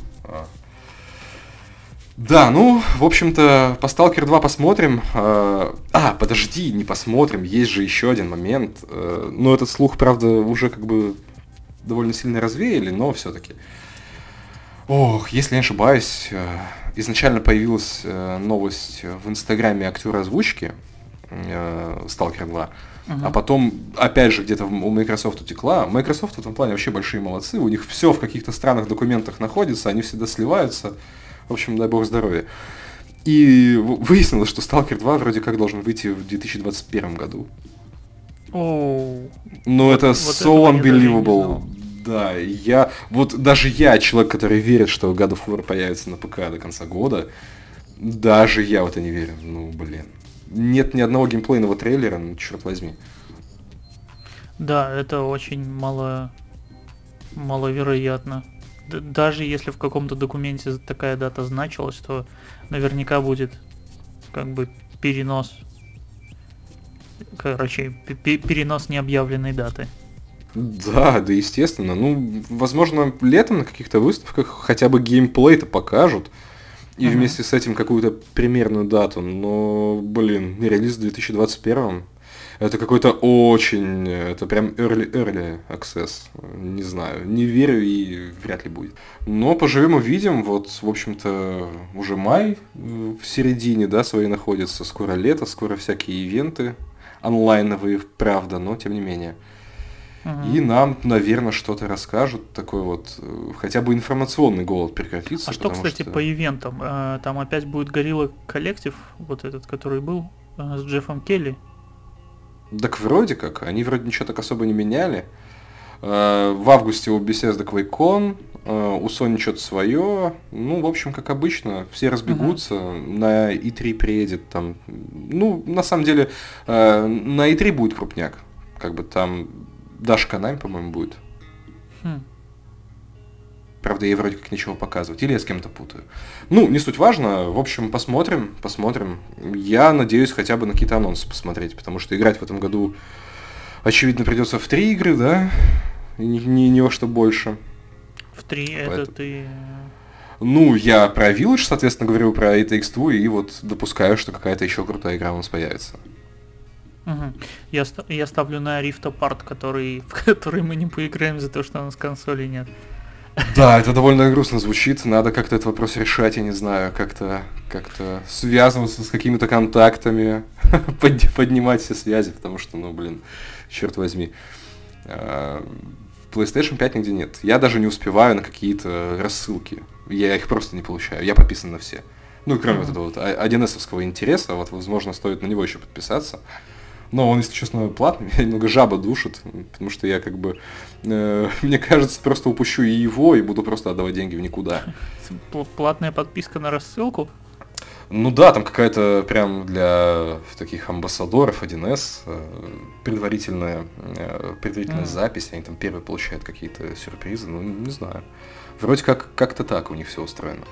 Да, ну, в общем-то, по Сталкер два посмотрим. А, подожди, не посмотрим, есть же еще один момент. Ну, этот слух, правда, уже как бы довольно сильно развеяли, но все-таки. Ох, если я не ошибаюсь, изначально появилась новость в инстаграме актера озвучки Сталкер два, uh-huh. а потом, опять же, где-то у Microsoft утекла. Microsoft в этом плане вообще большие молодцы, у них все в каких-то странных документах находится, они всегда сливаются. В общем, дай бог здоровья. И выяснилось, что Сталкер два вроде как должен выйти в две тысячи двадцать первом году. Oh. Ну, вот, это вот so unbelievable. Да, я, вот даже я, человек, который верит, что God of War появится на ПК до конца года, даже я в это не верю. Ну, блин. Нет ни одного геймплейного трейлера, ну, черт возьми. Да, это очень мало, маловероятно. Д- даже если в каком-то документе такая дата значилась, то наверняка будет как бы перенос. Короче, п- перенос необъявленной даты. Да, да, естественно. Ну, возможно, летом на каких-то выставках хотя бы геймплей-то покажут. И uh-huh. вместе с этим какую-то примерную дату. Но, блин, релиз в две тысячи двадцать первом. Это какой-то очень... Это прям early, early access. Не знаю. Не верю и вряд ли будет. Но поживем увидим. Вот, в общем-то, уже май в середине, да, своей находится. Скоро лето, скоро всякие ивенты. Онлайновые, правда, но тем не менее. Uh-huh. И нам, наверное, что-то расскажут, такой вот, хотя бы информационный голод прекратится. А что, кстати, что... по ивентам? Там опять будет Gorilla Collective, вот этот, который был, с Джеффом Келли? Так вроде как, они вроде ничего так особо не меняли. В августе у Bethesda QuakeCon, у Sony что-то свое. Ну, в общем, как обычно, все разбегутся, uh-huh. на и три приедет там. Ну, на самом деле, на и три будет крупняк. Как бы там... Даша Канами, по-моему, будет. Хм. Правда, ей вроде как ничего показывать. Или я с кем-то путаю. Ну, не суть важно. В общем, посмотрим, посмотрим. Я надеюсь хотя бы на какие-то анонсы посмотреть, потому что играть в этом году, очевидно, придется в три игры, да? Не, не, не во что больше. В три это ты... Ну, я про Village, соответственно, говорю про It Takes Two, и вот допускаю, что какая-то еще крутая игра у нас появится. Угу. Я, я ставлю на Rift Apart, который, в который мы не поиграем за то, что у нас консолей нет. Да, это довольно грустно звучит. Надо как-то этот вопрос решать, я не знаю, как-то, как-то связываться с какими-то контактами, поднимать все связи, потому что, ну, блин, черт возьми. PlayStation пять нигде нет. Я даже не успеваю на какие-то рассылки. Я их просто не получаю. Я подписан на все. Ну, и кроме mm-hmm. вот этого вот один эс-овского интереса, вот, возможно, стоит на него еще подписаться. Но он, если честно, платный, меня немного жаба душит, потому что я как бы, э, мне кажется, просто упущу и его, и буду просто отдавать деньги в никуда. Платная подписка на рассылку? Ну да, там какая-то прям для таких амбассадоров один эс э, предварительная, э, предварительная mm. запись, они там первые получают какие-то сюрпризы, ну не знаю. Вроде как как-то так у них все устроено.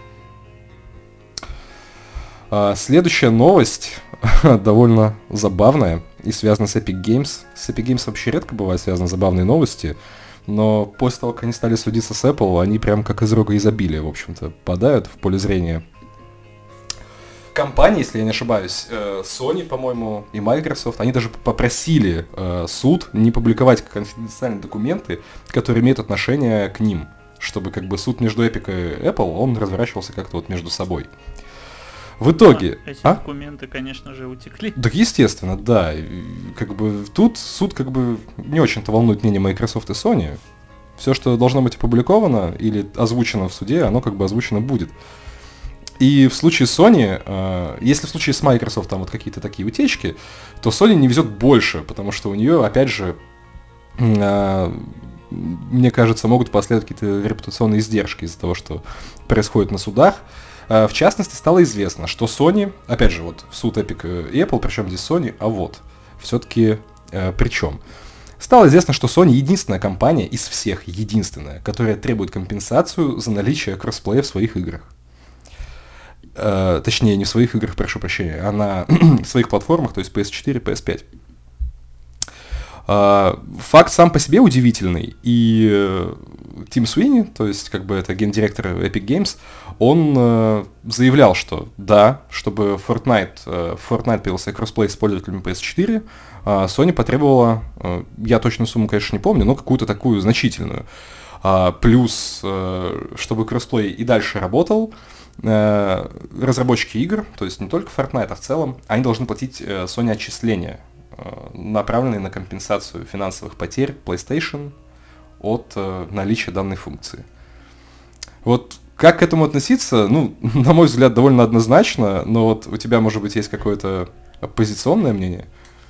А, следующая новость довольно забавная и связана с Epic Games. С Epic Games вообще редко бывают связаны забавные новости, но после того, как они стали судиться с Apple, они прям как из рога изобилия, в общем-то, попадают в поле зрения компании, если я не ошибаюсь, Sony, по-моему, и Microsoft. Они даже попросили суд не публиковать конфиденциальные документы, которые имеют отношение к ним, чтобы как бы суд между Epic и Apple, он разворачивался как-то вот между собой. В итоге... А, эти а? документы, конечно же, утекли. Так естественно, да. Как бы тут суд как бы не очень-то волнует мнение Microsoft и Sony. Все, что должно быть опубликовано или озвучено в суде, оно как бы озвучено будет. И в случае Sony, э, если в случае с Microsoft там вот какие-то такие утечки, то Sony не везет больше, потому что у нее, опять же, э, мне кажется, могут последовать какие-то репутационные издержки из-за того, что происходит на судах. Э, в частности, стало известно, что Sony, опять же, вот в суд Epic и Apple, причем здесь Sony, а вот, все-таки э, причем. Стало известно, что Sony единственная компания из всех, единственная, которая требует компенсацию за наличие кроссплея в своих играх. Э, точнее, не в своих играх, прошу прощения, а на своих платформах, то есть пи эс четыре, пи эс пять. Э, факт сам по себе удивительный, и э, Тим Суини, то есть как бы это гендиректор Epic Games, он э, заявлял, что да, чтобы Fortnite, э, Fortnite появился кроссплей с пользователями пи эс четыре, э, Sony потребовала, э, я точную сумму, конечно, не помню, но какую-то такую значительную. Э, плюс, э, чтобы кроссплей и дальше работал, э, разработчики игр, то есть не только Fortnite, а в целом, они должны платить э, Sony отчисления, э, направленные на компенсацию финансовых потерь PlayStation от э, наличия данной функции. Вот как к этому относиться, ну, на мой взгляд, довольно однозначно, но вот у тебя, может быть, есть какое-то оппозиционное мнение?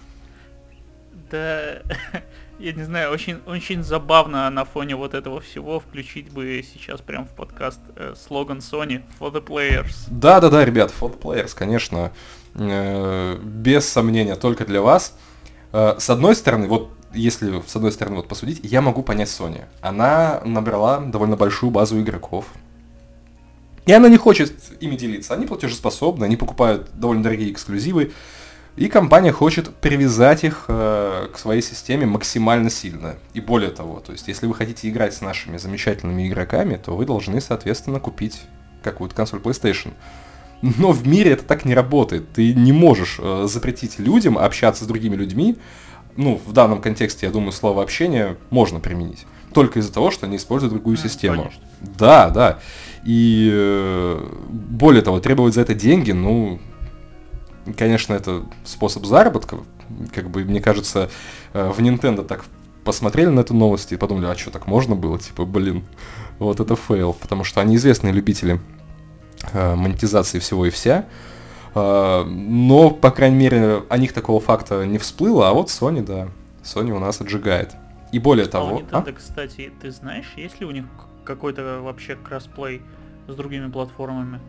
Да, я не знаю, очень, очень забавно на фоне вот этого всего включить бы сейчас прям в подкаст э, слоган Sony for the players. Да-да-да, ребят, for the players, конечно, э, без сомнения, только для вас. Э, с одной стороны, вот если с одной стороны вот посудить, я могу понять Sony. Она набрала довольно большую базу игроков. И она не хочет ими делиться. Они платежеспособны, они покупают довольно дорогие эксклюзивы. И компания хочет привязать их э, к своей системе максимально сильно. И более того, то есть если вы хотите играть с нашими замечательными игроками, то вы должны, соответственно, купить какую-то консоль PlayStation. Но в мире это так не работает. Ты не можешь э, запретить людям общаться с другими людьми. Ну, в данном контексте, я думаю, слово «общение» можно применить. Только из-за того, что они используют другую mm, систему. Конечно. Да, да. И э, более того, требовать за это деньги, ну, конечно, это способ заработка. Как бы, мне кажется, э, в Nintendo так посмотрели на эту новость и подумали, а что, так можно было? Типа, блин, вот это фейл. Потому что они известные любители э, монетизации всего и вся. Uh, но, по крайней мере, о них такого факта не всплыло, а вот Sony, да, Sony у нас отжигает. И более а того... у Nintendo, а? Кстати, ты знаешь, есть ли у них какой-то вообще кроссплей с другими платформами?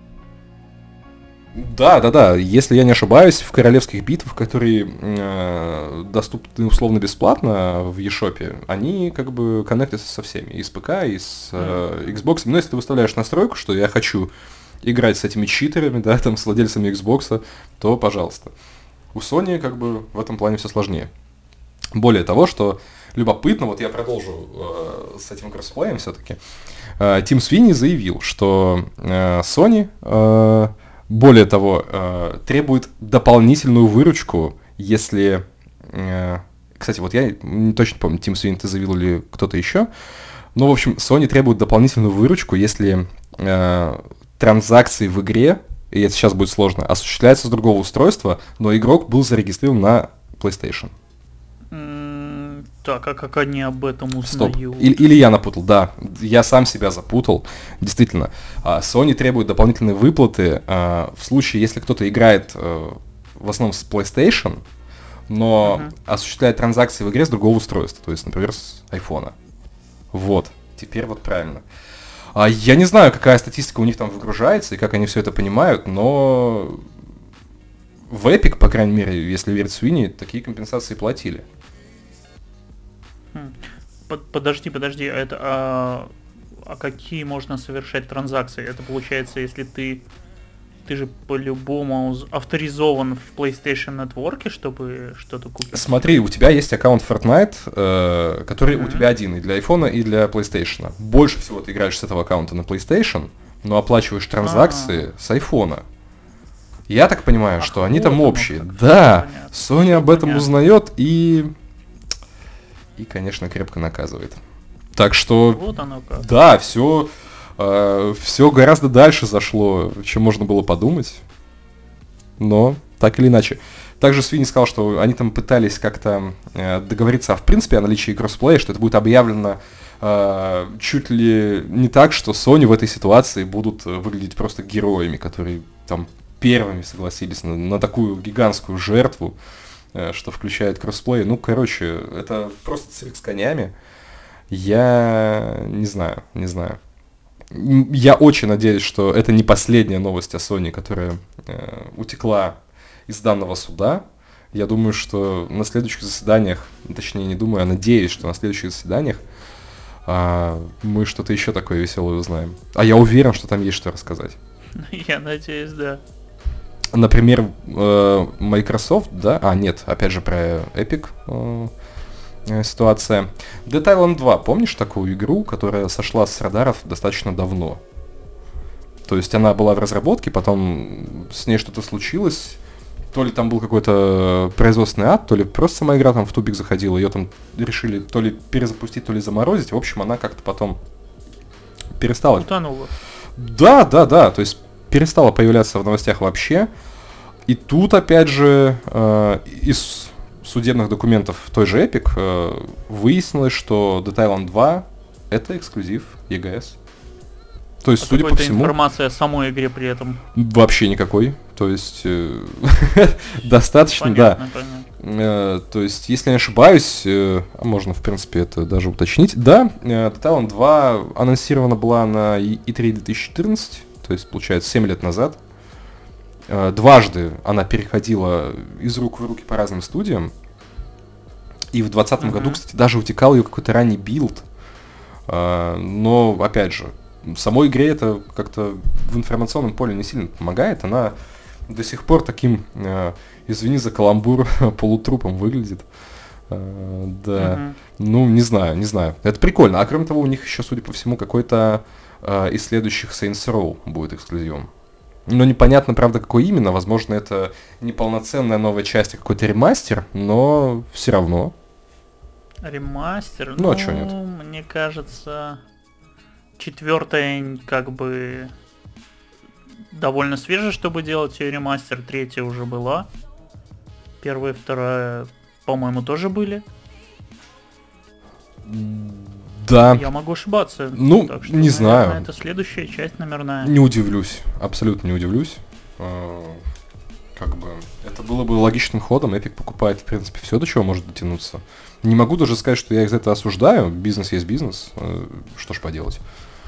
Да, да, да, если я не ошибаюсь, в королевских битвах, которые э, доступны условно бесплатно в eShop, они как бы коннектятся со всеми, и с ПК, и с э, Xbox. Но если ты выставляешь настройку, что я хочу играть с этими читерами, да, там, с владельцами Xbox, то пожалуйста. У Sony как бы в этом плане все сложнее. Более того, что любопытно, вот я продолжу э, с этим кроссплеем все-таки. Э, Тим Свини заявил, что э, Sony, э, более того, э, требует дополнительную выручку, если... Э, кстати, вот я не точно помню, Тим Свини ты заявил или кто-то еще, но, в общем, Sony требует дополнительную выручку, если... Э, транзакции в игре, и это сейчас будет сложно, осуществляются с другого устройства, но игрок был зарегистрирован на PlayStation. Mm, так, а как они об этом узнают? Стоп. Или, или я напутал, да. Я сам себя запутал. Действительно. Sony требует дополнительные выплаты в случае, если кто-то играет в основном с PlayStation, но uh-huh. осуществляет транзакции в игре с другого устройства, то есть, например, с айфона. Вот. Теперь вот правильно. Я не знаю, какая статистика у них там выгружается и как они все это понимают, но в Epic, по крайней мере, если верить Суини, такие компенсации платили. Подожди, подожди, а это а, а какие можно совершать транзакции? Это получается, если ты ты же по-любому авторизован в PlayStation Network, чтобы что-то купить. Смотри, у тебя есть аккаунт Fortnite, э, который mm-hmm. у тебя один и для iPhone, и для PlayStation. Больше всего ты играешь с этого аккаунта на PlayStation, но оплачиваешь транзакции А-а-а. с iPhone. Я так понимаю, Ах, что они вот там общие. Так, да, Sony об этом понятно. Узнает и... и, конечно, крепко наказывает. Так что... Вот оно как. Да, все... Uh, все гораздо дальше зашло, чем можно было подумать. Но, так или иначе. Также Свини сказал, что они там пытались как-то э, договориться, в принципе, о наличии кроссплея, что это будет объявлено э, чуть ли не так, что Sony в этой ситуации будут выглядеть просто героями, которые там первыми согласились на, на такую гигантскую жертву, э, что включает кроссплей. Ну, короче, это просто цирк с конями. Я не знаю, не знаю. Я очень надеюсь, что это не последняя новость о Sony, которая э, утекла из данного суда. Я думаю, что на следующих заседаниях, точнее не думаю, а надеюсь, что на следующих заседаниях э, мы что-то еще такое веселое узнаем. А я уверен, что там есть что рассказать. Я надеюсь, да. Например, э, Microsoft, да? А, нет, опять же про Epic э, ситуация. Dead Island два, помнишь такую игру, которая сошла с радаров достаточно давно? То есть она была в разработке, потом с ней что-то случилось. То ли там был какой-то производственный ад, то ли просто сама игра там в тупик заходила. Ее там решили то ли перезапустить, то ли заморозить. В общем, она как-то потом перестала... Утонула. Да, да, да. То есть перестала появляться в новостях вообще. И тут, опять же, э, из судебных документов той же Epic э, выяснилось, что Dead Island два — это эксклюзив и джи эс. То есть, а судя по всему... информация о самой игре при этом? Вообще никакой. То есть, э, достаточно, понятно, да. Понятно. Э, то есть, если не ошибаюсь, э, можно, в принципе, это даже уточнить. Да, э, Dead Island два анонсирована была на и три две тысячи четырнадцать, то есть, получается, семь лет назад. Э, дважды она переходила из рук в руки по разным студиям. И в двадцатом uh-huh. году, кстати, даже утекал ее какой-то ранний билд. Э, но, опять же, самой игре это как-то в информационном поле не сильно помогает. Она до сих пор таким, э, извини за каламбур, полутрупом выглядит. Э, да. Uh-huh. Ну, не знаю, не знаю. Это прикольно. А кроме того, у них еще, судя по всему, какой-то э, из следующих Saints Row будет эксклюзивом. Но непонятно, правда, какой именно. Возможно, это не полноценная новая часть, а какой-то ремастер, но все равно. Ремастер? Ну, ну а чё нет? Мне кажется, четвертая как бы довольно свежая, чтобы делать ее ремастер. Третья уже была. Первая и вторая, по-моему, тоже были. Да. Я могу ошибаться. Ну, так что, не наверное, знаю. Это следующая часть номерная. Не удивлюсь. Абсолютно не удивлюсь. Как бы это было бы логичным ходом. Epic покупает, в принципе, все, до чего может дотянуться. Не могу даже сказать, что я их за это осуждаю. Бизнес есть бизнес. Что ж поделать.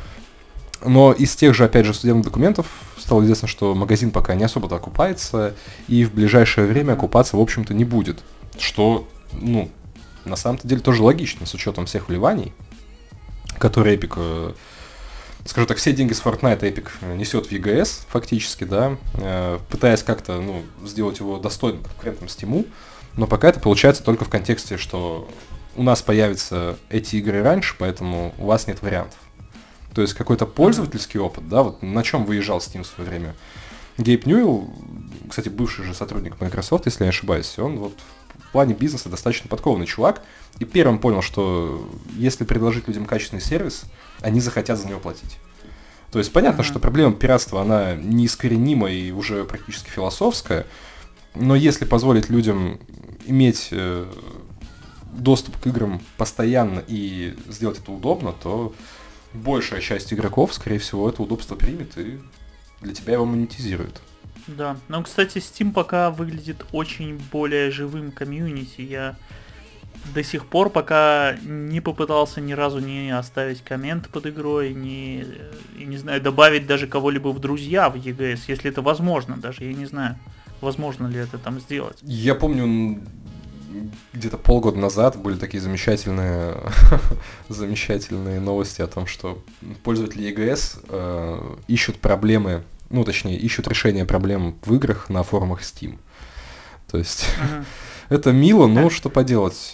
Но из тех же, опять же, судебных документов стало известно, что магазин пока не особо-то окупается, и в ближайшее время окупаться, в общем-то, не будет. Что, ну, на самом-то деле тоже логично, с учетом всех вливаний, которые Epic, э, скажу так, все деньги с Fortnite Epic несет в и джи эс, фактически, да, э, пытаясь как-то, ну, сделать его достойным конкурентом Steam, но пока это получается только в контексте, что у нас появятся эти игры раньше, поэтому у вас нет вариантов. То есть какой-то пользовательский опыт, да, вот на чем выезжал Steam в свое время. Гейб Ньюэлл, кстати, бывший же сотрудник Microsoft, если я не ошибаюсь, он вот в плане бизнеса достаточно подкованный чувак, и первым понял, что если предложить людям качественный сервис, они захотят за него платить. То есть понятно, mm-hmm. что проблема пиратства, она неискоренима и уже практически философская, но если позволить людям иметь э, доступ к играм постоянно и сделать это удобно, то большая часть игроков, скорее всего, это удобство примет и для тебя его монетизирует. Да, но, кстати, Steam пока выглядит очень более живым комьюнити. Я до сих пор пока не попытался ни разу не оставить коммент под игрой, не, не знаю, добавить даже кого-либо в друзья в и джи эс, если это возможно даже, я не знаю, возможно ли это там сделать. Я помню, где-то полгода назад были такие замечательные замечательные новости о том, что пользователи и джи эс э, ищут проблемы, ну, точнее, ищут решение проблем в играх на форумах Steam. То есть, uh-huh. это мило, но что поделать.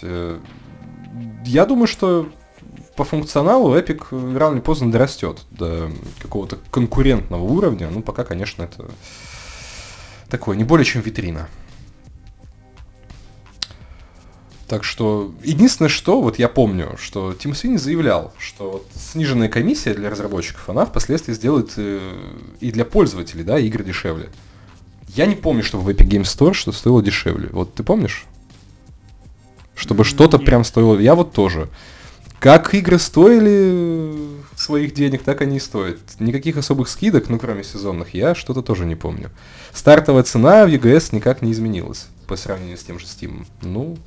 Я думаю, что по функционалу Epic рано или поздно дорастет до какого-то конкурентного уровня. Ну, пока, конечно, это такое, не более чем витрина. Так что, единственное, что вот я помню, что Тим Свини заявлял, что вот сниженная комиссия для разработчиков, она впоследствии сделает э, и для пользователей, да, игры дешевле. Я не помню, чтобы в Epic Games Store что стоило дешевле. Вот ты помнишь? Чтобы mm-hmm. что-то прям стоило. Я вот тоже. Как игры стоили своих денег, так они и стоят. Никаких особых скидок, ну кроме сезонных, я что-то тоже не помню. Стартовая цена в и джи эс никак не изменилась по сравнению с тем же Steam. Ну...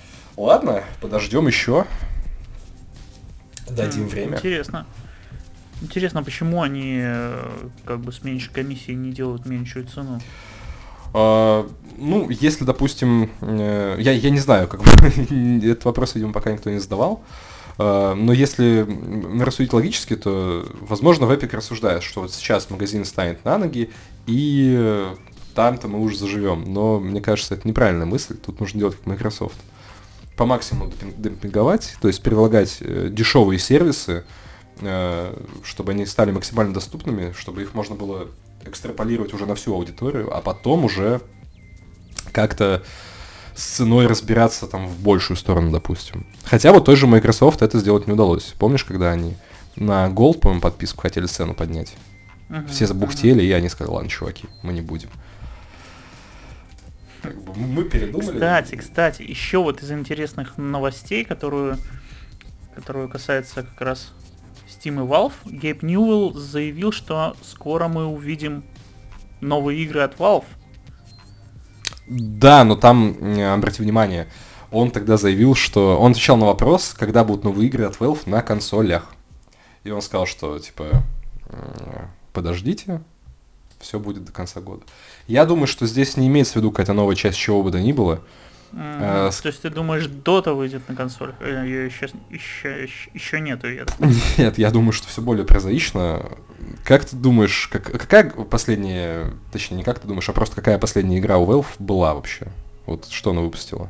Ладно, подождем еще. Дадим mm, время. Интересно. Интересно, почему они э, как бы с меньшей комиссией не делают меньшую цену? А, ну, если, допустим, э, я, я не знаю, как бы, этот вопрос, видимо, пока никто не задавал, а, но если рассудить логически, то, возможно, в Epic рассуждает, что вот сейчас магазин станет на ноги, и э, там-то мы уже заживем. Но, мне кажется, это неправильная мысль, тут нужно делать как Microsoft. По максимуму демпинговать, то есть предлагать э, дешевые сервисы, чтобы они стали максимально доступными, чтобы их можно было экстраполировать уже на всю аудиторию, а потом уже как-то с ценой разбираться там в большую сторону, допустим. Хотя вот той же Microsoft это сделать не удалось. Помнишь, когда они на Gold, по-моему, подписку хотели цену поднять? Uh-huh, Все забухтели, uh-huh. и они сказали, ладно, чуваки, мы не будем. Как бы мы передумали. Кстати, кстати, еще вот из интересных новостей, которую, которую касается как раз Steam и Valve, Гейб Ньюэлл заявил, что скоро мы увидим новые игры от Valve. Да, но там, обрати внимание, он тогда заявил, что... Он отвечал на вопрос, когда будут новые игры от Valve на консолях. И он сказал, что, типа, подождите, все будет до конца года. Я думаю, что здесь не имеется в виду какая-то новая часть чего бы то ни было. Mm-hmm. А, То есть ты думаешь, Dota выйдет на консолях? Ее еще, еще, еще нету. Я Нет, я думаю, что все более прозаично. Как ты думаешь, как, какая последняя, точнее, не как ты думаешь, а просто какая последняя игра у Valve была вообще? Вот что она выпустила?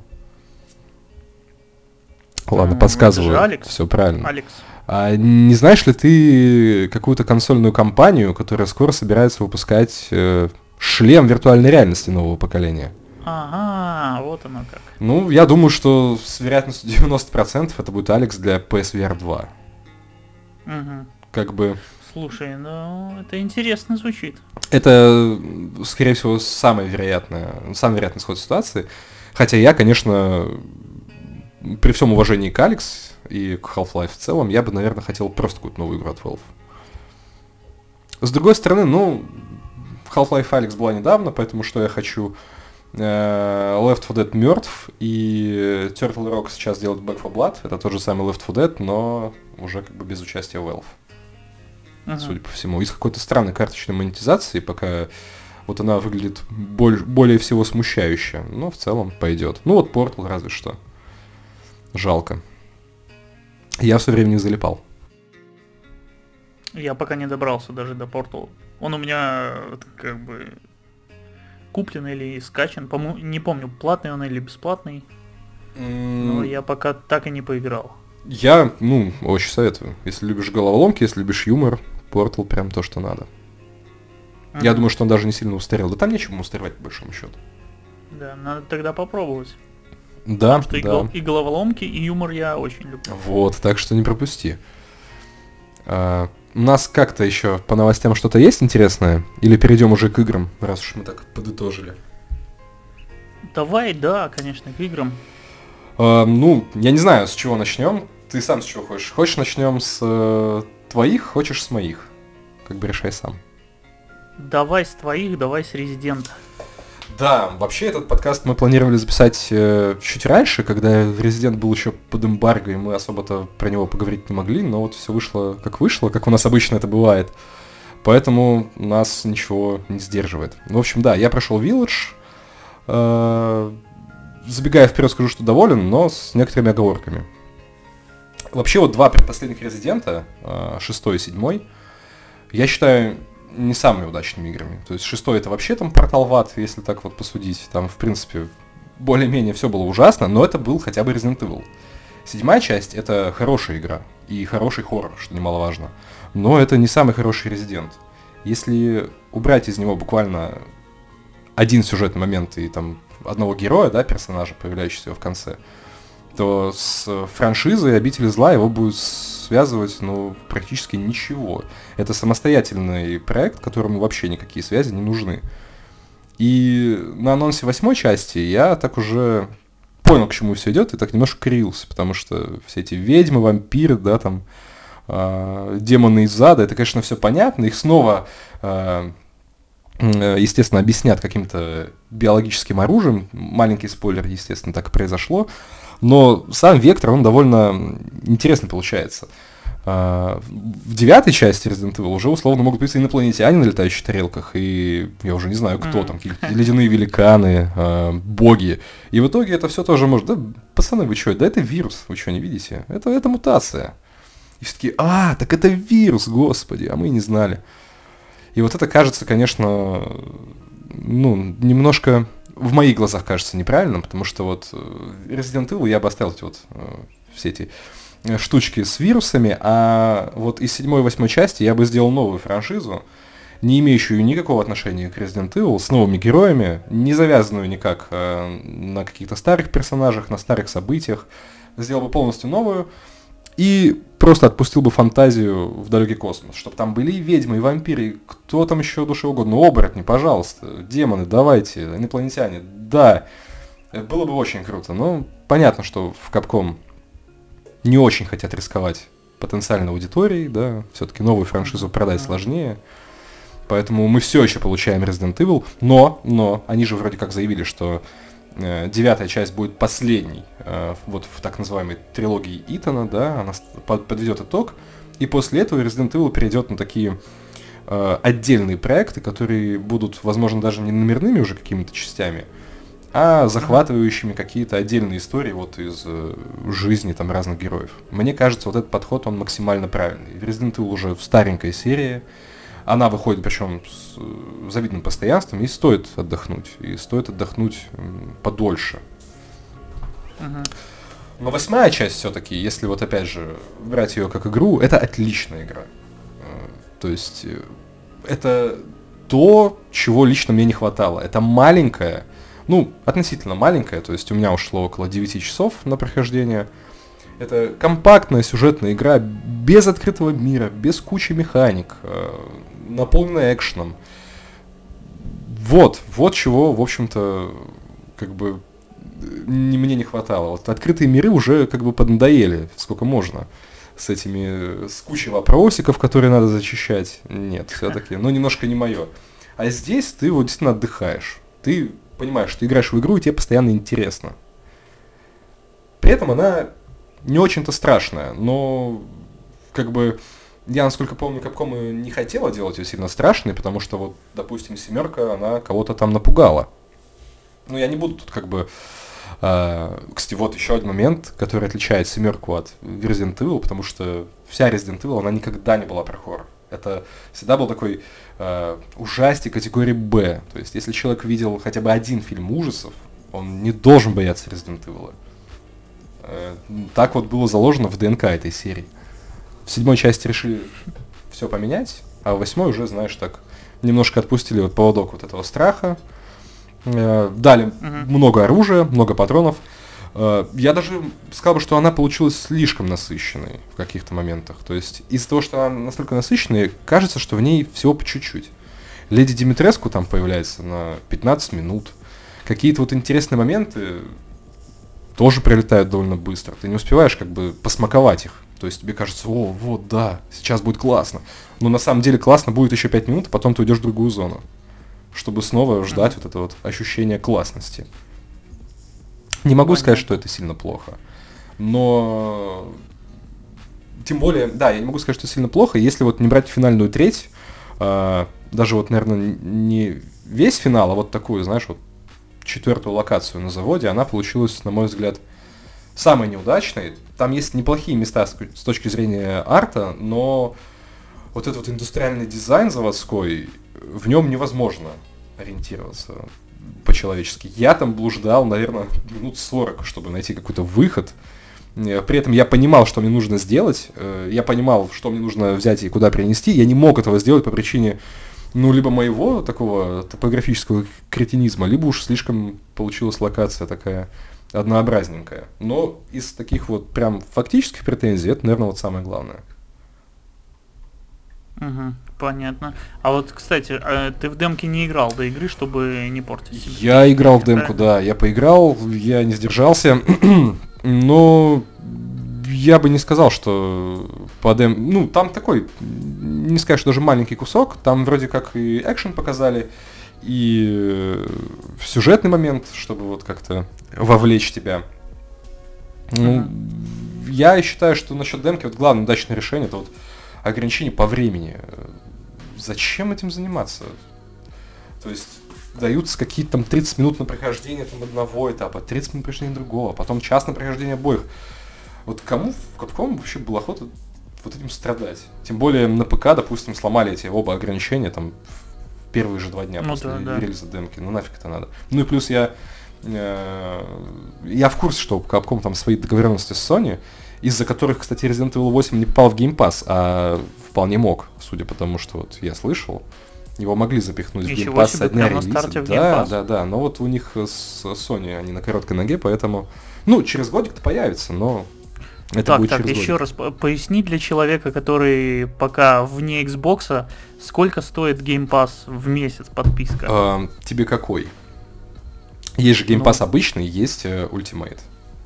Ладно, mm-hmm. подсказываю. Все правильно. Алекс. А не знаешь ли ты какую-то консольную компанию, которая скоро собирается выпускать э, шлем виртуальной реальности нового поколения? Ага, вот оно как. Ну, я думаю, что с вероятностью девяносто процентов это будет Алекс для пи эс ви ар два. Угу. Как бы... Слушай, ну, это интересно звучит. Это, скорее всего, самое вероятное, самый вероятный исход ситуации. Хотя я, конечно, при всем уважении к Алекс и к Half-Life в целом, я бы, наверное, хотел просто какую-то новую игру от Valve. С другой стороны, ну, Half-Life Alyx была недавно, поэтому что я хочу... Left four Dead мертв, и Turtle Rock сейчас делает Back four Blood. Это тот же самый Left four Dead, но уже как бы без участия Valve. Uh-huh. Судя по всему. Из какой-то странной карточной монетизации, пока вот она выглядит боль, более всего смущающе. Но в целом пойдет. Ну вот Portal разве что. Жалко. Я все время не залипал. Я пока не добрался даже до Portal. Он у меня как бы... куплен или скачан, по-моему, не помню, платный он или бесплатный, mm. но я пока так и не поиграл. Я, ну, очень советую. Если любишь головоломки, если любишь юмор, Portal прям то, что надо. Uh-huh. Я думаю, что он даже не сильно устарел. Да там нечему устаревать, по большому счету. Да, надо тогда попробовать. Да, Потому что да. И, гол- и головоломки, и юмор я очень люблю. Вот, так что не пропусти. А, у нас как-то еще по новостям что-то есть интересное? Или перейдем уже к играм, раз уж мы так подытожили? Давай, да, конечно, к играм. А, ну, я не знаю, с чего начнем. Ты сам с чего хочешь? Хочешь, начнем с э, твоих, хочешь с моих? Как бы решай сам. Давай с твоих, давай с Резидента. Да, вообще этот подкаст мы планировали записать э, чуть раньше, когда Резидент был еще под эмбарго, и мы особо-то про него поговорить не могли, но вот все вышло как вышло, как у нас обычно это бывает. Поэтому нас ничего не сдерживает. В общем, да, я прошел Village. Э, забегая вперед, скажу, что доволен, но с некоторыми оговорками. Вообще вот два предпоследних Резидента, э, шестой и седьмой, я считаю... не самыми удачными играми. То есть шестой это вообще там портал в ад, если так вот посудить. Там, в принципе, более-менее все было ужасно, но это был хотя бы Resident Evil. Седьмая часть это хорошая игра и хороший хоррор, что немаловажно. Но это не самый хороший Resident. Если убрать из него буквально один сюжетный момент и там одного героя, да, персонажа, появляющегося в конце, то с франшизой Обители Зла его будет связывать, ну, практически ничего. Это самостоятельный проект, которому вообще никакие связи не нужны. И на анонсе восьмой части я так уже понял, к чему все идет, и так немножко кривился, потому что все эти ведьмы, вампиры, да, там, э, демоны из ада, это, конечно, все понятно, их снова... Э, естественно, объяснят каким-то биологическим оружием. Маленький спойлер, естественно, так и произошло. Но сам вектор, он довольно интересный получается. А, в девятой части Resident Evil уже условно могут быть инопланетяне на летающих тарелках, и я уже не знаю, кто там, какие-то ледяные великаны, а, боги. И в итоге это все тоже может... Да, пацаны, вы что, да это вирус, вы что, не видите? Это, это мутация. И все таки а, так это вирус, господи, а мы и не знали. И вот это кажется, конечно, ну, немножко... В моих глазах кажется неправильным, потому что вот Resident Evil я бы оставил эти вот все эти штучки с вирусами, а вот из седьмой и восьмой части я бы сделал новую франшизу, не имеющую никакого отношения к Resident Evil, с новыми героями, не завязанную никак э, на каких-то старых персонажах, на старых событиях, сделал бы полностью новую и просто отпустил бы фантазию в далекий космос, чтобы там были и ведьмы, и вампиры, и кто там еще душе угодно, оборотни, пожалуйста, демоны, давайте, инопланетяне, да, было бы очень круто, но понятно, что в Capcom не очень хотят рисковать потенциальной аудиторией, да, все-таки новую франшизу продать сложнее, поэтому мы все еще получаем Resident Evil, но, но, они же вроде как заявили, что э, девятая часть будет последней, э, вот в так называемой трилогии Итана, да, она под, подведет итог, и после этого Resident Evil перейдет на такие э, отдельные проекты, которые будут, возможно, даже не номерными уже какими-то частями, а захватывающими какие-то отдельные истории вот из э, жизни там разных героев. Мне кажется, вот этот подход, он максимально правильный. Resident Evil уже в старенькой серии, она выходит, причем с э, завидным постоянством, и стоит отдохнуть, и стоит отдохнуть э, подольше. Uh-huh. Но восьмая часть все-таки, если вот опять же брать ее как игру, это отличная игра. Э, то есть э, это то, чего лично мне не хватало. Это маленькая, ну, относительно маленькая, то есть у меня ушло около девяти часов на прохождение. Это компактная сюжетная игра, без открытого мира, без кучи механик, э, наполненная экшеном. Вот, вот чего, в общем-то, как бы не, мне не хватало. Вот открытые миры уже как бы поднадоели, сколько можно. С этими, с кучей вопросиков, которые надо зачищать. Нет, все-таки, ну, немножко не мое. А здесь ты вот действительно отдыхаешь. Ты понимаешь, что ты играешь в игру, и тебе постоянно интересно. При этом она не очень-то страшная, но как бы я, насколько помню, Capcom не хотела делать ее сильно страшной, потому что вот, допустим, семерка, она кого-то там напугала. Ну, я не буду тут как бы... Э, кстати, вот еще один момент, который отличает семерку от Resident Evil, потому что вся Resident Evil, она никогда не была про хоррор. Это всегда был такой э, ужастик категории Б. То есть, если человек видел хотя бы один фильм ужасов, он не должен бояться Resident Evil. Э, так вот было заложено в ДНК этой серии. В седьмой части решили все поменять, а в восьмой уже, знаешь, так немножко отпустили вот поводок вот этого страха. Э, дали uh-huh. много оружия, много патронов. Я даже сказал бы, что она получилась слишком насыщенной в каких-то моментах. То есть из-за того, что она настолько насыщенная, кажется, что в ней всего по чуть-чуть. Леди Димитреску там появляется на пятнадцать минут. Какие-то вот интересные моменты тоже прилетают довольно быстро. Ты не успеваешь как бы посмаковать их. То есть тебе кажется, о, вот, да, сейчас будет классно. Но на самом деле классно будет еще пять минут, а потом ты уйдешь в другую зону. Чтобы снова ждать mm-hmm. вот это вот ощущение классности. Не могу Понятно. сказать, что это сильно плохо, но тем более, да, я не могу сказать, что это сильно плохо, если вот не брать финальную треть, э, даже вот, наверное, не весь финал, а вот такую, знаешь, вот четвертую локацию на заводе, она получилась, на мой взгляд, самой неудачной. Там есть неплохие места с, с точки зрения арта, но вот этот вот индустриальный дизайн заводской, в нем невозможно ориентироваться по-человечески. Я там блуждал, наверное, минут сорок, чтобы найти какой-то выход. При этом я понимал, что мне нужно сделать. Я понимал, что мне нужно взять и куда перенести. Я не мог этого сделать по причине, ну, либо моего такого топографического кретинизма, либо уж слишком получилась локация такая однообразненькая. Но из таких вот прям фактических претензий, это, наверное, вот самое главное. Угу, понятно. А вот, кстати, ты в демке не играл до игры, чтобы не портить себе? Я играл в демку, да. Я поиграл, я не сдержался. Но я бы не сказал, что по дем... Ну, там такой, не сказать, что даже маленький кусок. Там вроде как и экшен показали, и сюжетный момент, чтобы вот как-то вовлечь тебя. Ну, я считаю, что насчет демки вот главное удачное решение это вот ограничение по времени. Зачем этим заниматься? То есть даются какие-то там тридцать минут на прохождение там, одного этапа, тридцать минут на прохождение другого, потом час на прохождение обоих. Вот кому, кому вообще было охота вот этим страдать? Тем более на ПК, допустим, сломали эти оба ограничения там в первые же два дня ну, после да, релиза да. демки. Ну нафиг это надо. Ну и плюс я э, я в курсе, что у Capcom там свои договоренности с Sony, из-за которых, кстати, Resident Evil восемь не попал в Game Pass, а вполне мог, судя по тому, что вот я слышал. Его могли запихнуть в Game Pass со дня релиза. Да, да, да. Но вот у них с Sony они на короткой ноге, поэтому... Ну, через годик-то появится, но... Это так, будет так, через еще годик. раз поясни для человека, который пока вне Xbox, сколько стоит Game Pass в месяц подписка? А, тебе какой? Есть же Game Pass ну... обычный, есть uh, Ultimate.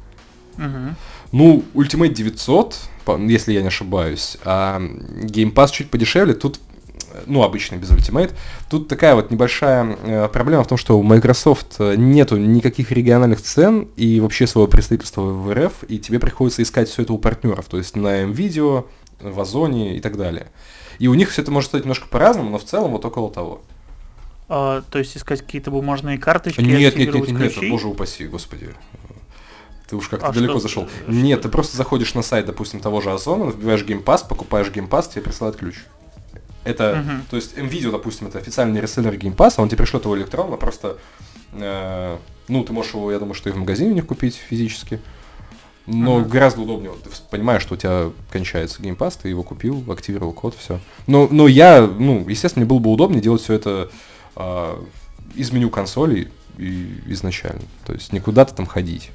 Угу. Ну, Ultimate девятьсот, если я не ошибаюсь, а Game Pass чуть подешевле, тут, ну, обычный без Ultimate. Тут такая вот небольшая э, проблема в том, что у Microsoft нету никаких региональных цен и вообще своего представительства в эр эф, и тебе приходится искать все это у партнеров, то есть на M-Video, в Озоне и так далее. И у них все это может стоить немножко по-разному, но в целом вот около того. А, то есть искать какие-то бумажные карточки? Нет, нет, нет, нет, нет, боже упаси, господи. Ты уж как-то а далеко что? зашел. Что? Нет, ты просто заходишь на сайт, допустим, того же Озона, вбиваешь Game Pass, покупаешь Game Pass, тебе присылают ключ. Это, uh-huh. то есть M-Video, допустим, это официальный реселлер Game Pass, он тебе пришлет его электронно, просто, э, ну, ты можешь его, я думаю, что и в магазине у них купить физически, но uh-huh. гораздо удобнее, ты понимаешь, что у тебя кончается Game Pass, ты его купил, активировал код, все. Но, но я, ну, естественно, мне было бы удобнее делать все это э, из меню консолей и изначально, то есть не куда-то там ходить.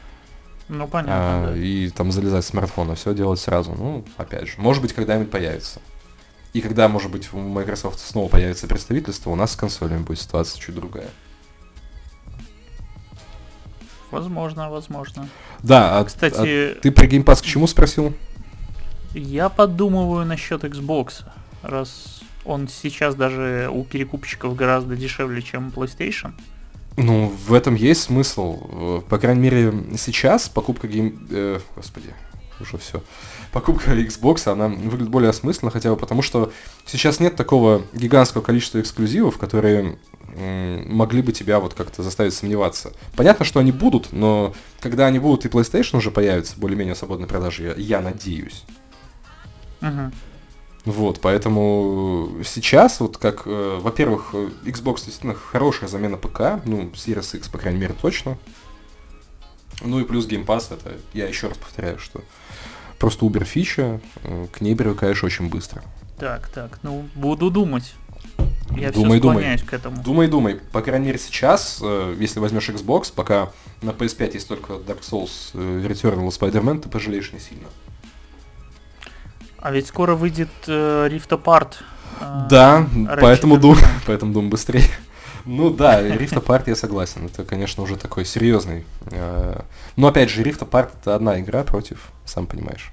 Ну, понятно, а, да. И там залезать в смартфон, а все делать сразу. Ну, опять же, может быть, когда-нибудь появится. И когда, может быть, у Microsoft снова появится представительство, у нас с консолями будет ситуация чуть другая. Возможно, возможно. Да, а, кстати, а ты про Game Pass к чему спросил? Я подумываю насчет Xbox, раз он сейчас даже у перекупщиков гораздо дешевле, чем PlayStation. Ну, в этом есть смысл. По крайней мере, сейчас покупка гейм... Э, господи, уже все. Покупка Xbox, она выглядит более осмысленно, хотя бы потому, что сейчас нет такого гигантского количества эксклюзивов, которые м- могли бы тебя вот как-то заставить сомневаться. Понятно, что они будут, но когда они будут и PlayStation уже появится в более-менее свободной продаже, я, я надеюсь. Uh-huh. Вот, поэтому сейчас, вот как, э, во-первых, Xbox действительно хорошая замена ПК, ну, Series X, по крайней мере, точно. Ну и плюс Game Pass, это, я еще раз повторяю, что просто убер фича, э, к ней привыкаешь очень быстро. Так, так, ну, буду думать. Я думай, все склоняюсь думай. к этому. Думай, думай. По крайней мере, сейчас, э, если возьмешь Xbox, пока на пи эс пять есть только Dark Souls, э, Returnal и Spider-Man, ты пожалеешь не сильно. А ведь скоро выйдет э, Rift Apart. Э, да, поэтому Doom, поэтому Doom быстрее. Ну да, Rift Apart я согласен. Это, конечно, уже такой серьезный. Э, но опять же, Rift Apart это одна игра против, сам понимаешь.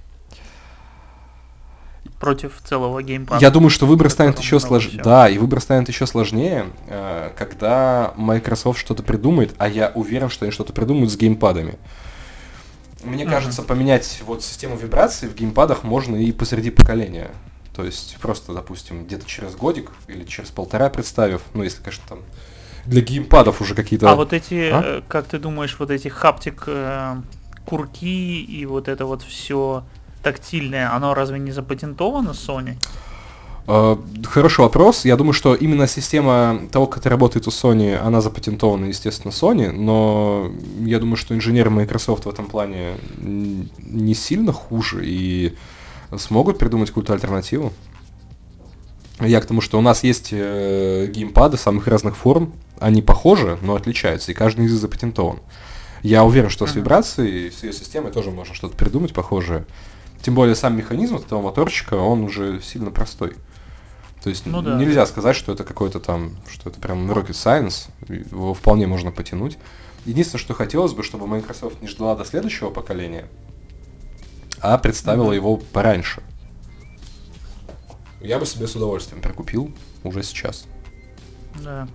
Против целого геймпада. Я думаю, что выбор станет еще сложнее. Да, и выбор станет еще сложнее, э, когда Microsoft что-то придумает, а я уверен, что они что-то придумают с геймпадами. Мне uh-huh. кажется, поменять вот систему вибраций в геймпадах можно и посреди поколения. То есть просто, допустим, где-то через годик или через полтора представив, ну если, конечно, там для геймпадов уже какие-то... А вот эти, а? как ты думаешь, вот эти хаптик э, курки и вот это вот все тактильное, оно разве не запатентовано Sony? Uh, хороший вопрос. Я думаю, что именно система того, как это работает у Sony, она запатентована, естественно, Sony, но я думаю, что инженеры Microsoft в этом плане не сильно хуже и смогут придумать какую-то альтернативу. Я к тому, что у нас есть э, геймпады самых разных форм, они похожи, но отличаются, и каждый из них запатентован. Я уверен, что с вибрацией, с ее системой тоже можно что-то придумать похожее. Тем более сам механизм этого моторчика, он уже сильно простой. То есть ну, да. нельзя сказать, что это какой-то там, что это прям rocket science, его вполне можно потянуть. Единственное, что хотелось бы, чтобы Microsoft не ждала до следующего поколения, а представила mm-hmm. его пораньше. Я бы себе с удовольствием прикупил уже сейчас. Да.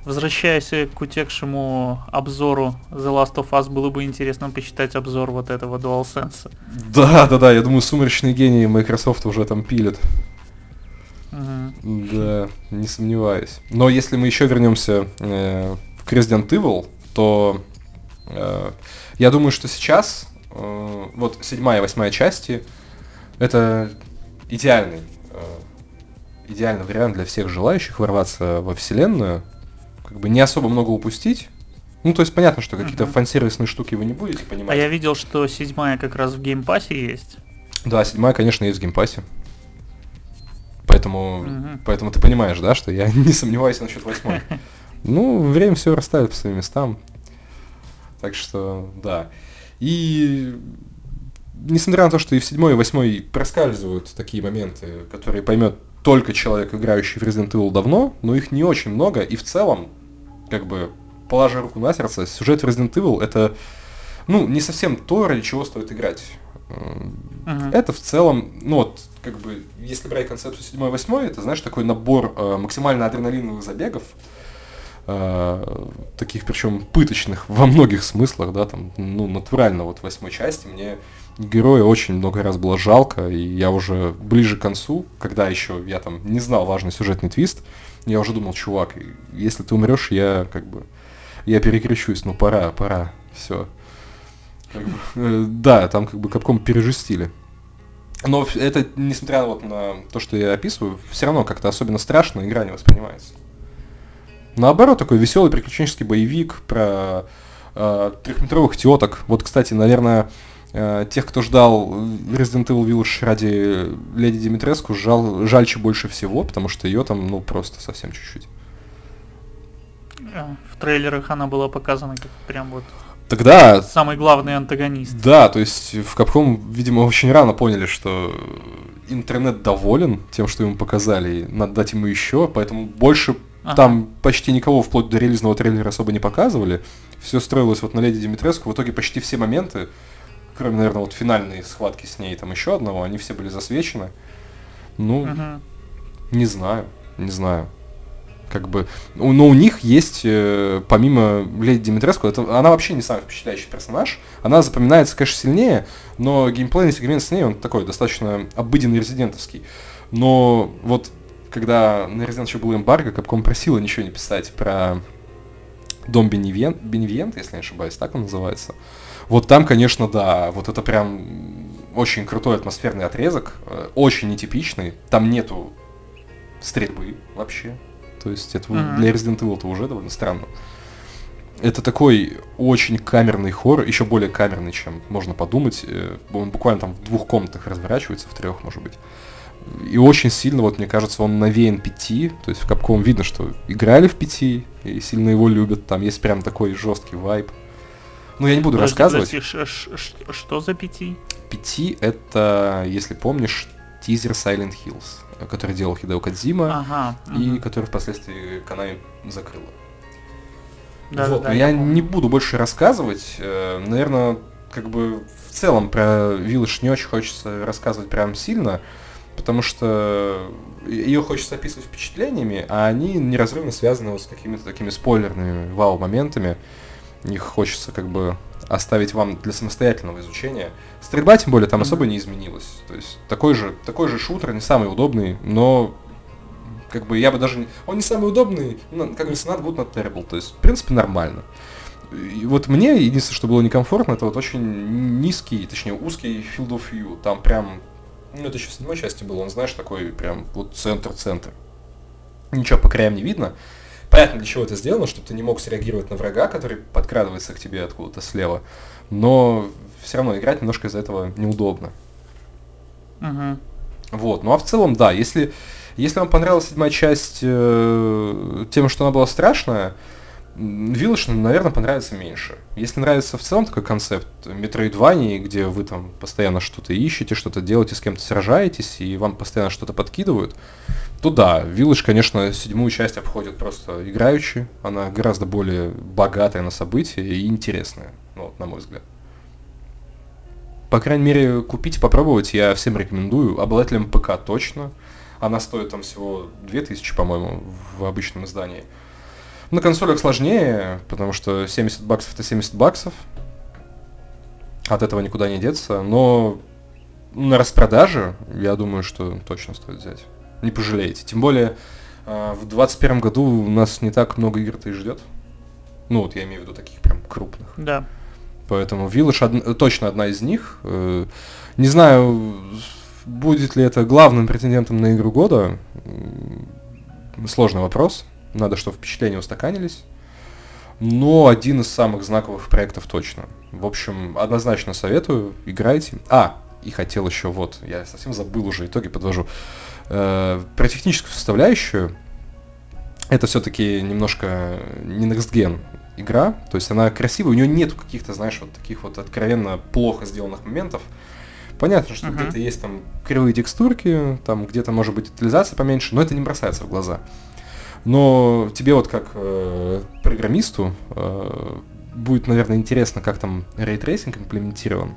Возвращаясь к утекшему обзору The Last of Us, было бы интересно почитать обзор вот этого DualSense. Да, да, да, я думаю, сумеречные гении Microsoft уже там пилят. Угу. Да, не сомневаюсь. Но если мы еще вернемся э, к Resident Evil, то э, я думаю, что сейчас э, вот седьмая и восьмая части это идеальный, э, идеальный вариант для всех желающих ворваться во вселенную, как бы не особо много упустить. Ну, то есть понятно, что какие-то uh-huh. фан-сервисные штуки вы не будете понимать. А я видел, что седьмая как раз в геймпассе есть. Да, седьмая, конечно, есть в геймпассе. Поэтому, uh-huh. поэтому ты понимаешь, да, что я не сомневаюсь насчет восьмой. Ну, время все расставит по своим местам. Так что, да. И несмотря на то, что и в седьмой, и в восьмой проскальзывают такие моменты, которые поймет только человек, играющий в Resident Evil давно, но их не очень много, и в целом, как бы, положа руку на сердце, сюжет Resident Evil — это, ну, не совсем то, ради чего стоит играть. Uh-huh. Это в целом, ну вот, как бы, если брать концепцию седьмой и восьмой, это, знаешь, такой набор э, максимально адреналиновых забегов, э, таких, причем, пыточных во многих смыслах, да, там, ну, натурально, вот в восьмой части мне героя очень много раз было жалко, и я уже ближе к концу, когда еще я там не знал важный сюжетный твист, я уже думал, чувак, если ты умрешь, я как бы, я перекрещусь, ну пора, пора, все. Как бы, э, да, там как бы Capcom пережестили. Но это, несмотря вот на то, что я описываю, все равно как-то особенно страшно игра не воспринимается. Наоборот, такой веселый приключенческий боевик про э, трехметровых теток. Вот, кстати, наверное, тех, кто ждал Resident Evil Village ради Леди Димитреску, жал, жальче больше всего, потому что ее там, ну, просто совсем чуть-чуть. В трейлерах она была показана как прям вот Тогда... самый главный антагонист. Да, то есть в Capcom, видимо, очень рано поняли, что интернет доволен тем, что ему показали, и надо дать ему еще, поэтому больше ага. там почти никого вплоть до релизного трейлера особо не показывали. Все строилось вот на Леди Димитреску, в итоге почти все моменты, кроме, наверное, вот финальной схватки с ней, там еще одного, они все были засвечены. Ну, uh-huh. не знаю, не знаю. Как бы, но у них есть, э, помимо Леди Димитреску, это, она вообще не самый впечатляющий персонаж. Она запоминается, конечно, сильнее, но геймплейный сегмент с ней, он такой, достаточно обыденный резидентовский. Но вот, когда на Resident еще был эмбарго, Capcom просила ничего не писать про дом Беневиент, Беневиент, если не ошибаюсь, так он называется. Вот там, конечно, да, вот это прям очень крутой атмосферный отрезок, очень нетипичный, там нету стрельбы вообще, то есть это mm-hmm. для Resident Evil это уже довольно странно. Это такой очень камерный хоррор, еще более камерный, чем можно подумать, он буквально там в двух комнатах разворачивается, в трех, может быть. И очень сильно, вот мне кажется, он навеян пяти, то есть в Capcom видно, что играли в пяти и сильно его любят, там есть прям такой жесткий вайб. Ну, я не буду подожди, рассказывать. Подожди, ш- ш- ш- что за пяти? Пяти — это, если помнишь, тизер Silent Hills, который делал Хидео Кодзима, ага, и угу. который впоследствии Konami закрыла. Да, вот, да, но я, я не буду больше рассказывать. Наверное, как бы в целом про Village не очень хочется рассказывать прям сильно, потому что ее хочется описывать впечатлениями, а они неразрывно связаны вот с какими-то такими спойлерными вау-моментами. Их хочется как бы оставить вам для самостоятельного изучения. Стрельба, тем более, там mm-hmm. особо не изменилась. То есть такой же, такой же шутер, не самый удобный, но как бы я бы даже... Он не самый удобный, но, как говорится, not good, not terrible. То есть, в принципе, нормально. И вот мне единственное, что было некомфортно, это вот очень низкий, точнее, узкий field of view. Там прям... Ну, это еще в седьмой части было, он, знаешь, такой прям вот центр-центр. Ничего по краям не видно. Понятно, для чего это сделано, чтобы ты не мог среагировать на врага, который подкрадывается к тебе откуда-то слева. Но все равно играть немножко из-за этого неудобно. Uh-huh. Вот. Ну а в целом, да, если, если вам понравилась седьмая часть э, тем, что она была страшная, Village, наверное, понравится меньше. Если нравится в целом такой концепт Metroidvania, где вы там постоянно что-то ищете, что-то делаете, с кем-то сражаетесь, и вам постоянно что-то подкидывают, то да, Village, конечно, седьмую часть обходит просто играючи. Она гораздо более богатая на события и интересная, ну, вот, на мой взгляд. По крайней мере, купить и попробовать я всем рекомендую. Обладателям ПК точно. Она стоит там всего две тысячи, по-моему, в обычном издании. На консолях сложнее, потому что семьдесят баксов это семьдесят баксов. От этого никуда не деться, но на распродаже, я думаю, что точно стоит взять. Не пожалеете. Тем более, в двадцать первом году у нас не так много игр-то и ждет. Ну, вот я имею в виду таких прям крупных. Да. Поэтому Village од... точно одна из них. Не знаю, будет ли это главным претендентом на игру года. Сложный вопрос. Надо, чтобы впечатления устаканились. Но один из самых знаковых проектов точно. В общем, однозначно советую, играйте. А, и хотел еще, вот, я совсем забыл уже, итоги подвожу. Э, про техническую составляющую. Это все-таки немножко не next gen игра. То есть она красивая, у нее нету каких-то, знаешь, вот таких вот откровенно плохо сделанных моментов. Понятно, что uh-huh. где-то есть там кривые текстурки, там где-то может быть детализация поменьше, но это не бросается в глаза. Но тебе вот как э, программисту э, будет, наверное, интересно, как там рейтрейсинг имплементирован.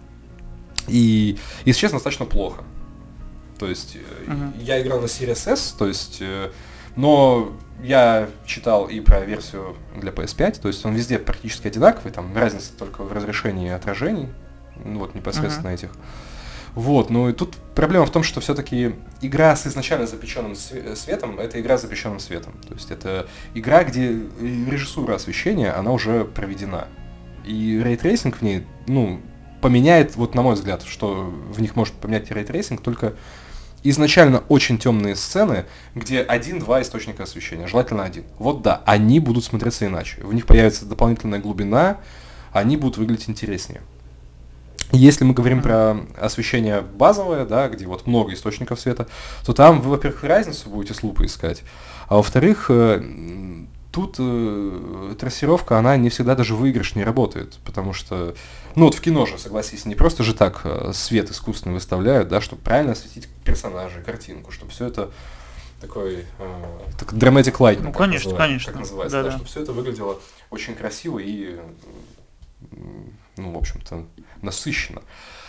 И, если честно, достаточно плохо. То есть uh-huh. я играл на Series S, то есть, э, но я читал и про версию для пи эс пять, то есть он везде практически одинаковый, там разница только в разрешении отражений, ну вот непосредственно uh-huh. этих. Вот, ну и тут проблема в том, что все-таки игра с изначально запеченным светом, это игра с запеченным светом. То есть это игра, где режиссура освещения, она уже проведена. И рейтрейсинг в ней, ну, поменяет, вот на мой взгляд, что в них может поменять рейтрейсинг, только изначально очень темные сцены, где один-два источника освещения, желательно один. Вот да, они будут смотреться иначе. В них появится дополнительная глубина, они будут выглядеть интереснее. Если мы говорим про освещение базовое, да, где вот много источников света, то там вы, во-первых, разницу будете с лупой искать, а во-вторых, тут э, трассировка, она не всегда даже выигрышнее работает, потому что, ну вот в кино же, согласись, не просто же так э, свет искусственно выставляют, да, чтобы правильно осветить персонажей, картинку, чтобы все это такой, э, так, dramatic lighting, ну, конечно, называется, конечно. как называется, да, да, да, чтобы все это выглядело очень красиво и, ну, в общем-то, насыщенно.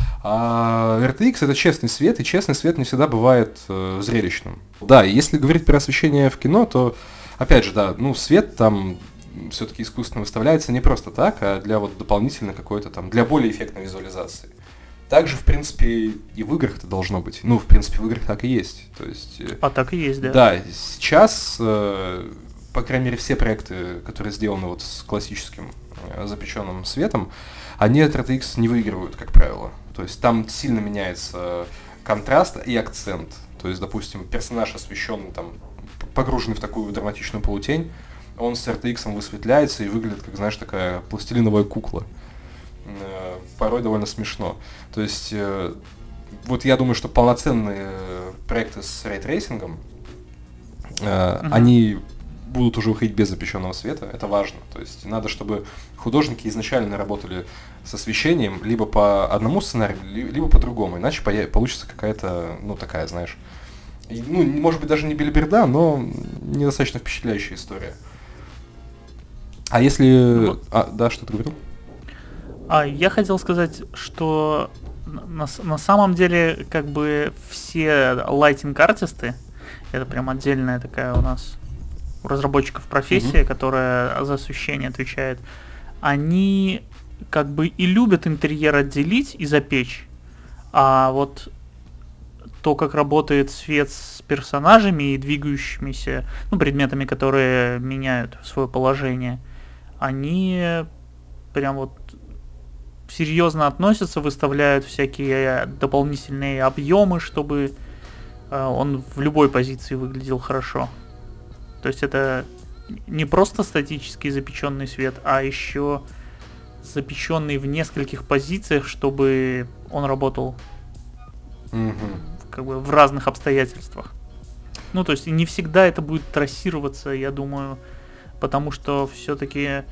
А эр ти экс это честный свет, и честный свет не всегда бывает э, зрелищным. Да, и если говорить про освещение в кино, то, опять же, да, ну, свет там все-таки искусственно выставляется не просто так, а для вот дополнительной какой-то там, для более эффектной визуализации. Также, в принципе, и в играх это должно быть. Ну, в принципе, в играх так и есть. То есть, а так и есть, да. Да, сейчас, э, по крайней мере, все проекты, которые сделаны вот с классическим э, запеченным светом, они от эр ти экс не выигрывают, как правило. То есть там сильно меняется контраст и акцент. То есть, допустим, персонаж освещенный, там, погруженный в такую драматичную полутень, он с эр ти экс высветляется и выглядит, как, знаешь, такая пластилиновая кукла. Э, порой довольно смешно. То есть, э, вот я думаю, что полноценные проекты с рейтрейсингом, э, mm-hmm. они будут уже выходить без запеченного света, это важно. То есть надо, чтобы художники изначально работали с освещением либо по одному сценарию, либо по другому, иначе получится какая-то, ну, такая, знаешь, ну, может быть, даже не белиберда, но недостаточно впечатляющая история. А если... Вот. А, да, что ты говорил? А я хотел сказать, что на, на самом деле, как бы, все лайтинг-артисты, это прям отдельная такая у нас у разработчиков профессия, mm-hmm. которая за освещение отвечает, они как бы и любят интерьер отделить и запечь, а вот то, как работает свет с персонажами и двигающимися, ну, предметами, которые меняют свое положение, они прям вот серьезно относятся, выставляют всякие дополнительные объемы, чтобы э, он в любой позиции выглядел хорошо. То есть это не просто статический запеченный свет, а еще запеченный в нескольких позициях, чтобы он работал mm-hmm. как бы в разных обстоятельствах. Ну, то есть не всегда это будет трассироваться, я думаю, потому что все-таки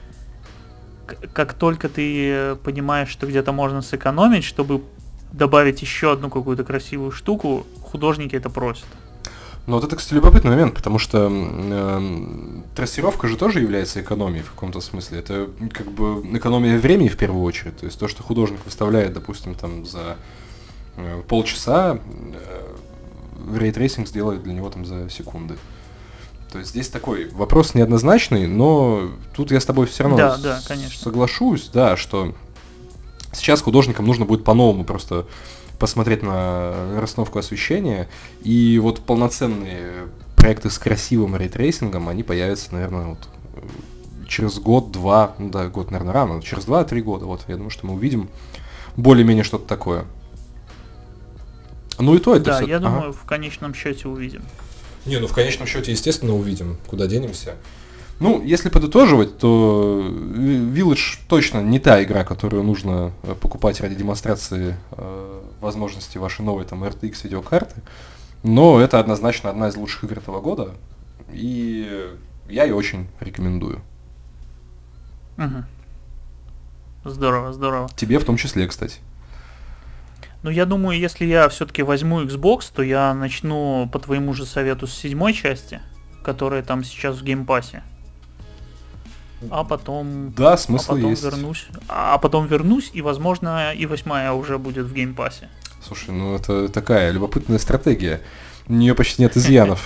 как только ты понимаешь, что где-то можно сэкономить, чтобы добавить еще одну какую-то красивую штуку, художники это просят. Ну вот это, кстати, любопытный момент, потому что э, трассировка же тоже является экономией в каком-то смысле. Это как бы экономия времени в первую очередь. То есть то, что художник выставляет, допустим, там за э, полчаса, э, рейтрейсинг сделает для него там за секунды. То есть здесь такой вопрос неоднозначный, но тут я с тобой все равно да, да, конечно. соглашусь, да, что сейчас художникам нужно будет по-новому просто посмотреть на расстановку освещения, и вот полноценные проекты с красивым рейтрейсингом, они появятся, наверное, вот через год-два, ну да, год, наверное, рано, через два-три года, вот, я думаю, что мы увидим более-менее что-то такое. Ну и то это Да, все... я ага. думаю, в конечном счете увидим. Не, ну в конечном счете, естественно, увидим, куда денемся. Ну, если подытоживать, то Village точно не та игра, которую нужно покупать ради демонстрации э, возможностей вашей новой там эр ти экс видеокарты, но это однозначно одна из лучших игр этого года, и я ее очень рекомендую. Угу. Здорово, здорово. Тебе в том числе, кстати. Ну, я думаю, если я все-таки возьму Xbox, то я начну по твоему же совету с седьмой части, которая там сейчас в геймпассе. А потом... Да, смысл а потом есть. вернусь. А потом вернусь, и, возможно, и восьмая уже будет в геймпассе. Слушай, ну это такая любопытная стратегия. У нее почти нет изъянов.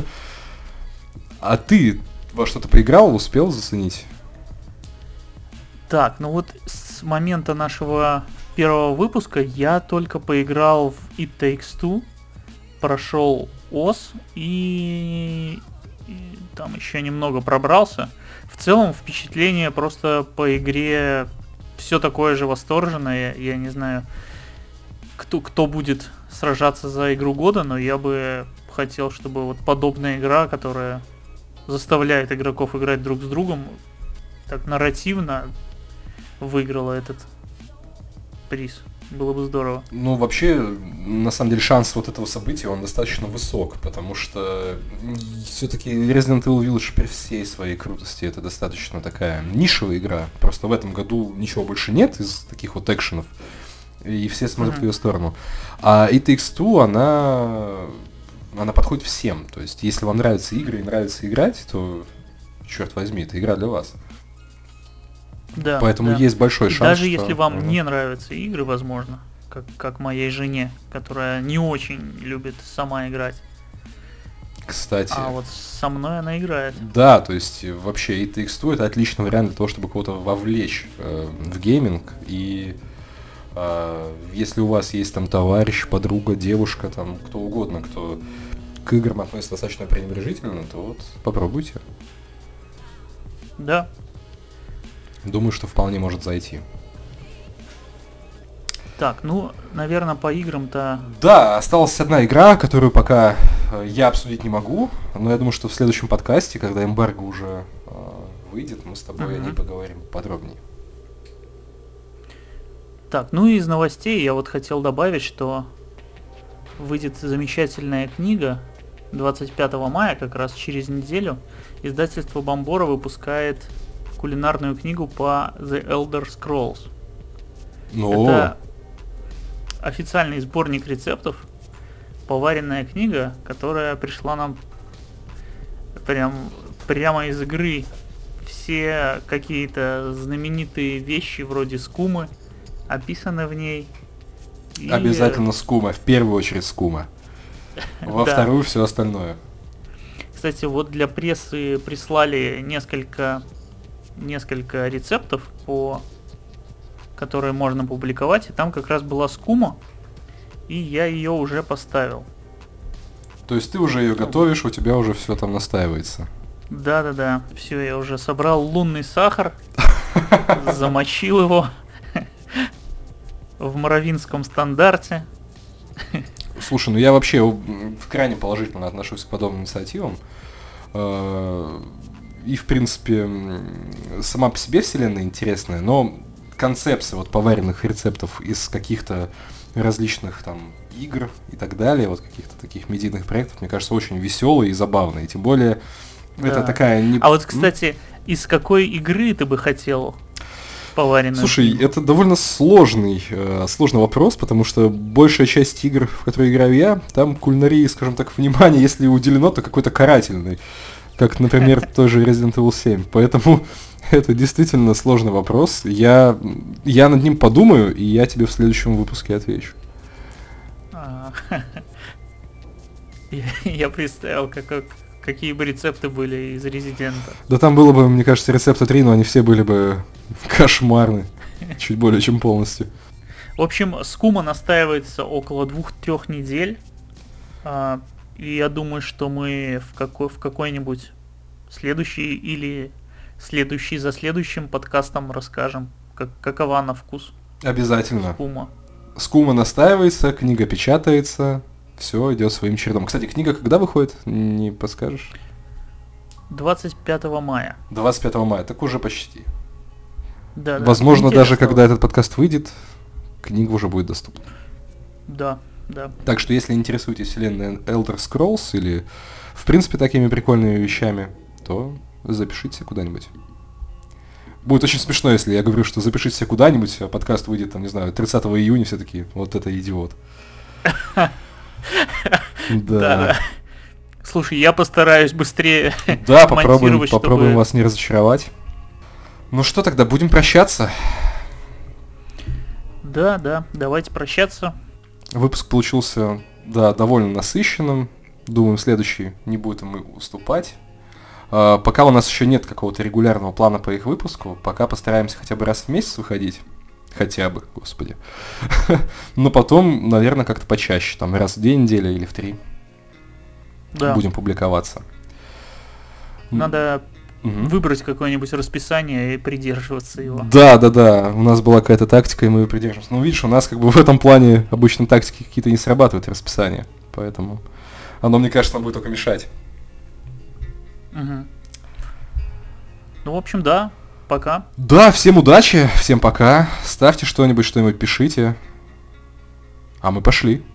А ты во что-то поиграл, успел заценить? Так, ну вот с момента нашего первого выпуска я только поиграл в It Takes Two, прошел Оз и... и там еще немного пробрался. В целом впечатление просто по игре все такое же восторженное. Я не знаю, кто, кто будет сражаться за игру года, но я бы хотел, чтобы вот подобная игра, которая заставляет игроков играть друг с другом, так нарративно выиграла этот приз. Было бы здорово. Ну, вообще, на самом деле, шанс вот этого события, он достаточно высок, потому что все-таки Resident Evil Village при всей своей крутости это достаточно такая нишевая игра. Просто в этом году ничего больше нет из таких вот экшенов, и все смотрят mm-hmm. в ее сторону. А It Takes Two, она, она подходит всем. То есть, если вам нравятся игры и нравится играть, то, черт возьми, это игра для вас. Да, Поэтому да. есть большой и шанс, даже что... если вам uh-huh. не нравятся игры, возможно, как, как моей жене, которая не очень любит сама играть. Кстати. А вот со мной она играет. Да, то есть вообще It Takes Two это отличный вариант для того, чтобы кого-то вовлечь э, в гейминг. И э, если у вас есть там товарищ, подруга, девушка, там кто угодно, кто к играм относится достаточно пренебрежительно, то вот попробуйте. Да. Думаю, что вполне может зайти. Так, ну, наверное, по играм-то... Да, осталась одна игра, которую пока я обсудить не могу, но я думаю, что в следующем подкасте, когда эмбарго уже э, выйдет, мы с тобой uh-huh. о ней поговорим подробнее. Так, ну и из новостей я вот хотел добавить, что выйдет замечательная книга двадцать пятого мая, как раз через неделю. Издательство Бомбора выпускает кулинарную книгу по The Elder Scrolls. Но... Это официальный сборник рецептов, поваренная книга, которая пришла нам прям, прямо из игры. Все какие-то знаменитые вещи вроде скумы описаны в ней. И... Обязательно скума, в первую очередь скума. Во да. вторую все остальное. Кстати, вот для прессы прислали несколько, несколько рецептов, по которые можно публиковать, и там как раз была скума, и я ее уже поставил. То есть ты уже ее готовишь, у тебя уже все там настаивается. Да-да-да, все, я уже собрал лунный сахар, замочил его в моровинском стандарте. Слушай, ну я вообще крайне положительно отношусь к подобным инициативам. И, в принципе, сама по себе вселенная интересная, но концепция вот поваренных рецептов из каких-то различных там игр и так далее, вот каких-то таких медийных проектов, мне кажется, очень веселой и забавной. Тем более, да. это такая... Не... А вот, кстати, из какой игры ты бы хотел поваренную? Слушай, это довольно сложный, э, сложный вопрос, потому что большая часть игр, в которые играю я, там кулинарии, скажем так, внимание, если уделено, то какой-то карательный. Как, например, тоже Resident Evil семь. Поэтому это действительно сложный вопрос. Я, я над ним подумаю, и я тебе в следующем выпуске отвечу. Я представил, как какие бы рецепты были из Резидента. Да там было бы, мне кажется, рецепта три, но они все были бы кошмарны. Чуть более чем полностью. В общем, скума настаивается около двух-трех недель. А, и я думаю, что мы в, какой- в какой-нибудь следующий или следующий за следующим подкастом расскажем, как, какова на вкус Обязательно. скума. Скума настаивается, книга печатается, все идет своим чередом. Кстати, книга когда выходит? Не подскажешь? двадцать пятого мая. двадцать пятого мая, так уже почти. Да, да. Возможно, Неделя даже осталась. когда этот подкаст выйдет, книга уже будет доступна. Да, да. Так что, если интересуетесь вселенной Elder Scrolls или, в принципе, такими прикольными вещами, то запишите куда-нибудь. Будет очень смешно, если я говорю, что запишите куда-нибудь, а подкаст выйдет, там, не знаю, тридцатого июня, все такие, вот это идиот. Да, да. Слушай, я постараюсь быстрее Да, попробуем, монтировать, чтобы- попробуем вас не разочаровать. Ну что тогда, будем прощаться. Да, да, давайте прощаться. Выпуск получился, да, довольно насыщенным. Думаем, следующий не будет мы уступать. А, пока у нас еще нет какого-то регулярного плана по их выпуску, пока постараемся хотя бы раз в месяц выходить. Хотя бы, господи. Но потом, наверное, как-то почаще, там раз в две недели или в три Да. будем публиковаться. Надо Мгм. выбрать какое-нибудь расписание и придерживаться его. Да, да, да. У нас была какая-то тактика, и мы ее придерживаемся. Ну, видишь, у нас как бы в этом плане обычно тактики какие-то не срабатывают, расписание. Поэтому оно, мне кажется, нам будет только мешать. Мгм. Ну, в общем, да, пока. Да, всем удачи, всем пока. Ставьте что-нибудь, что-нибудь пишите. А мы пошли.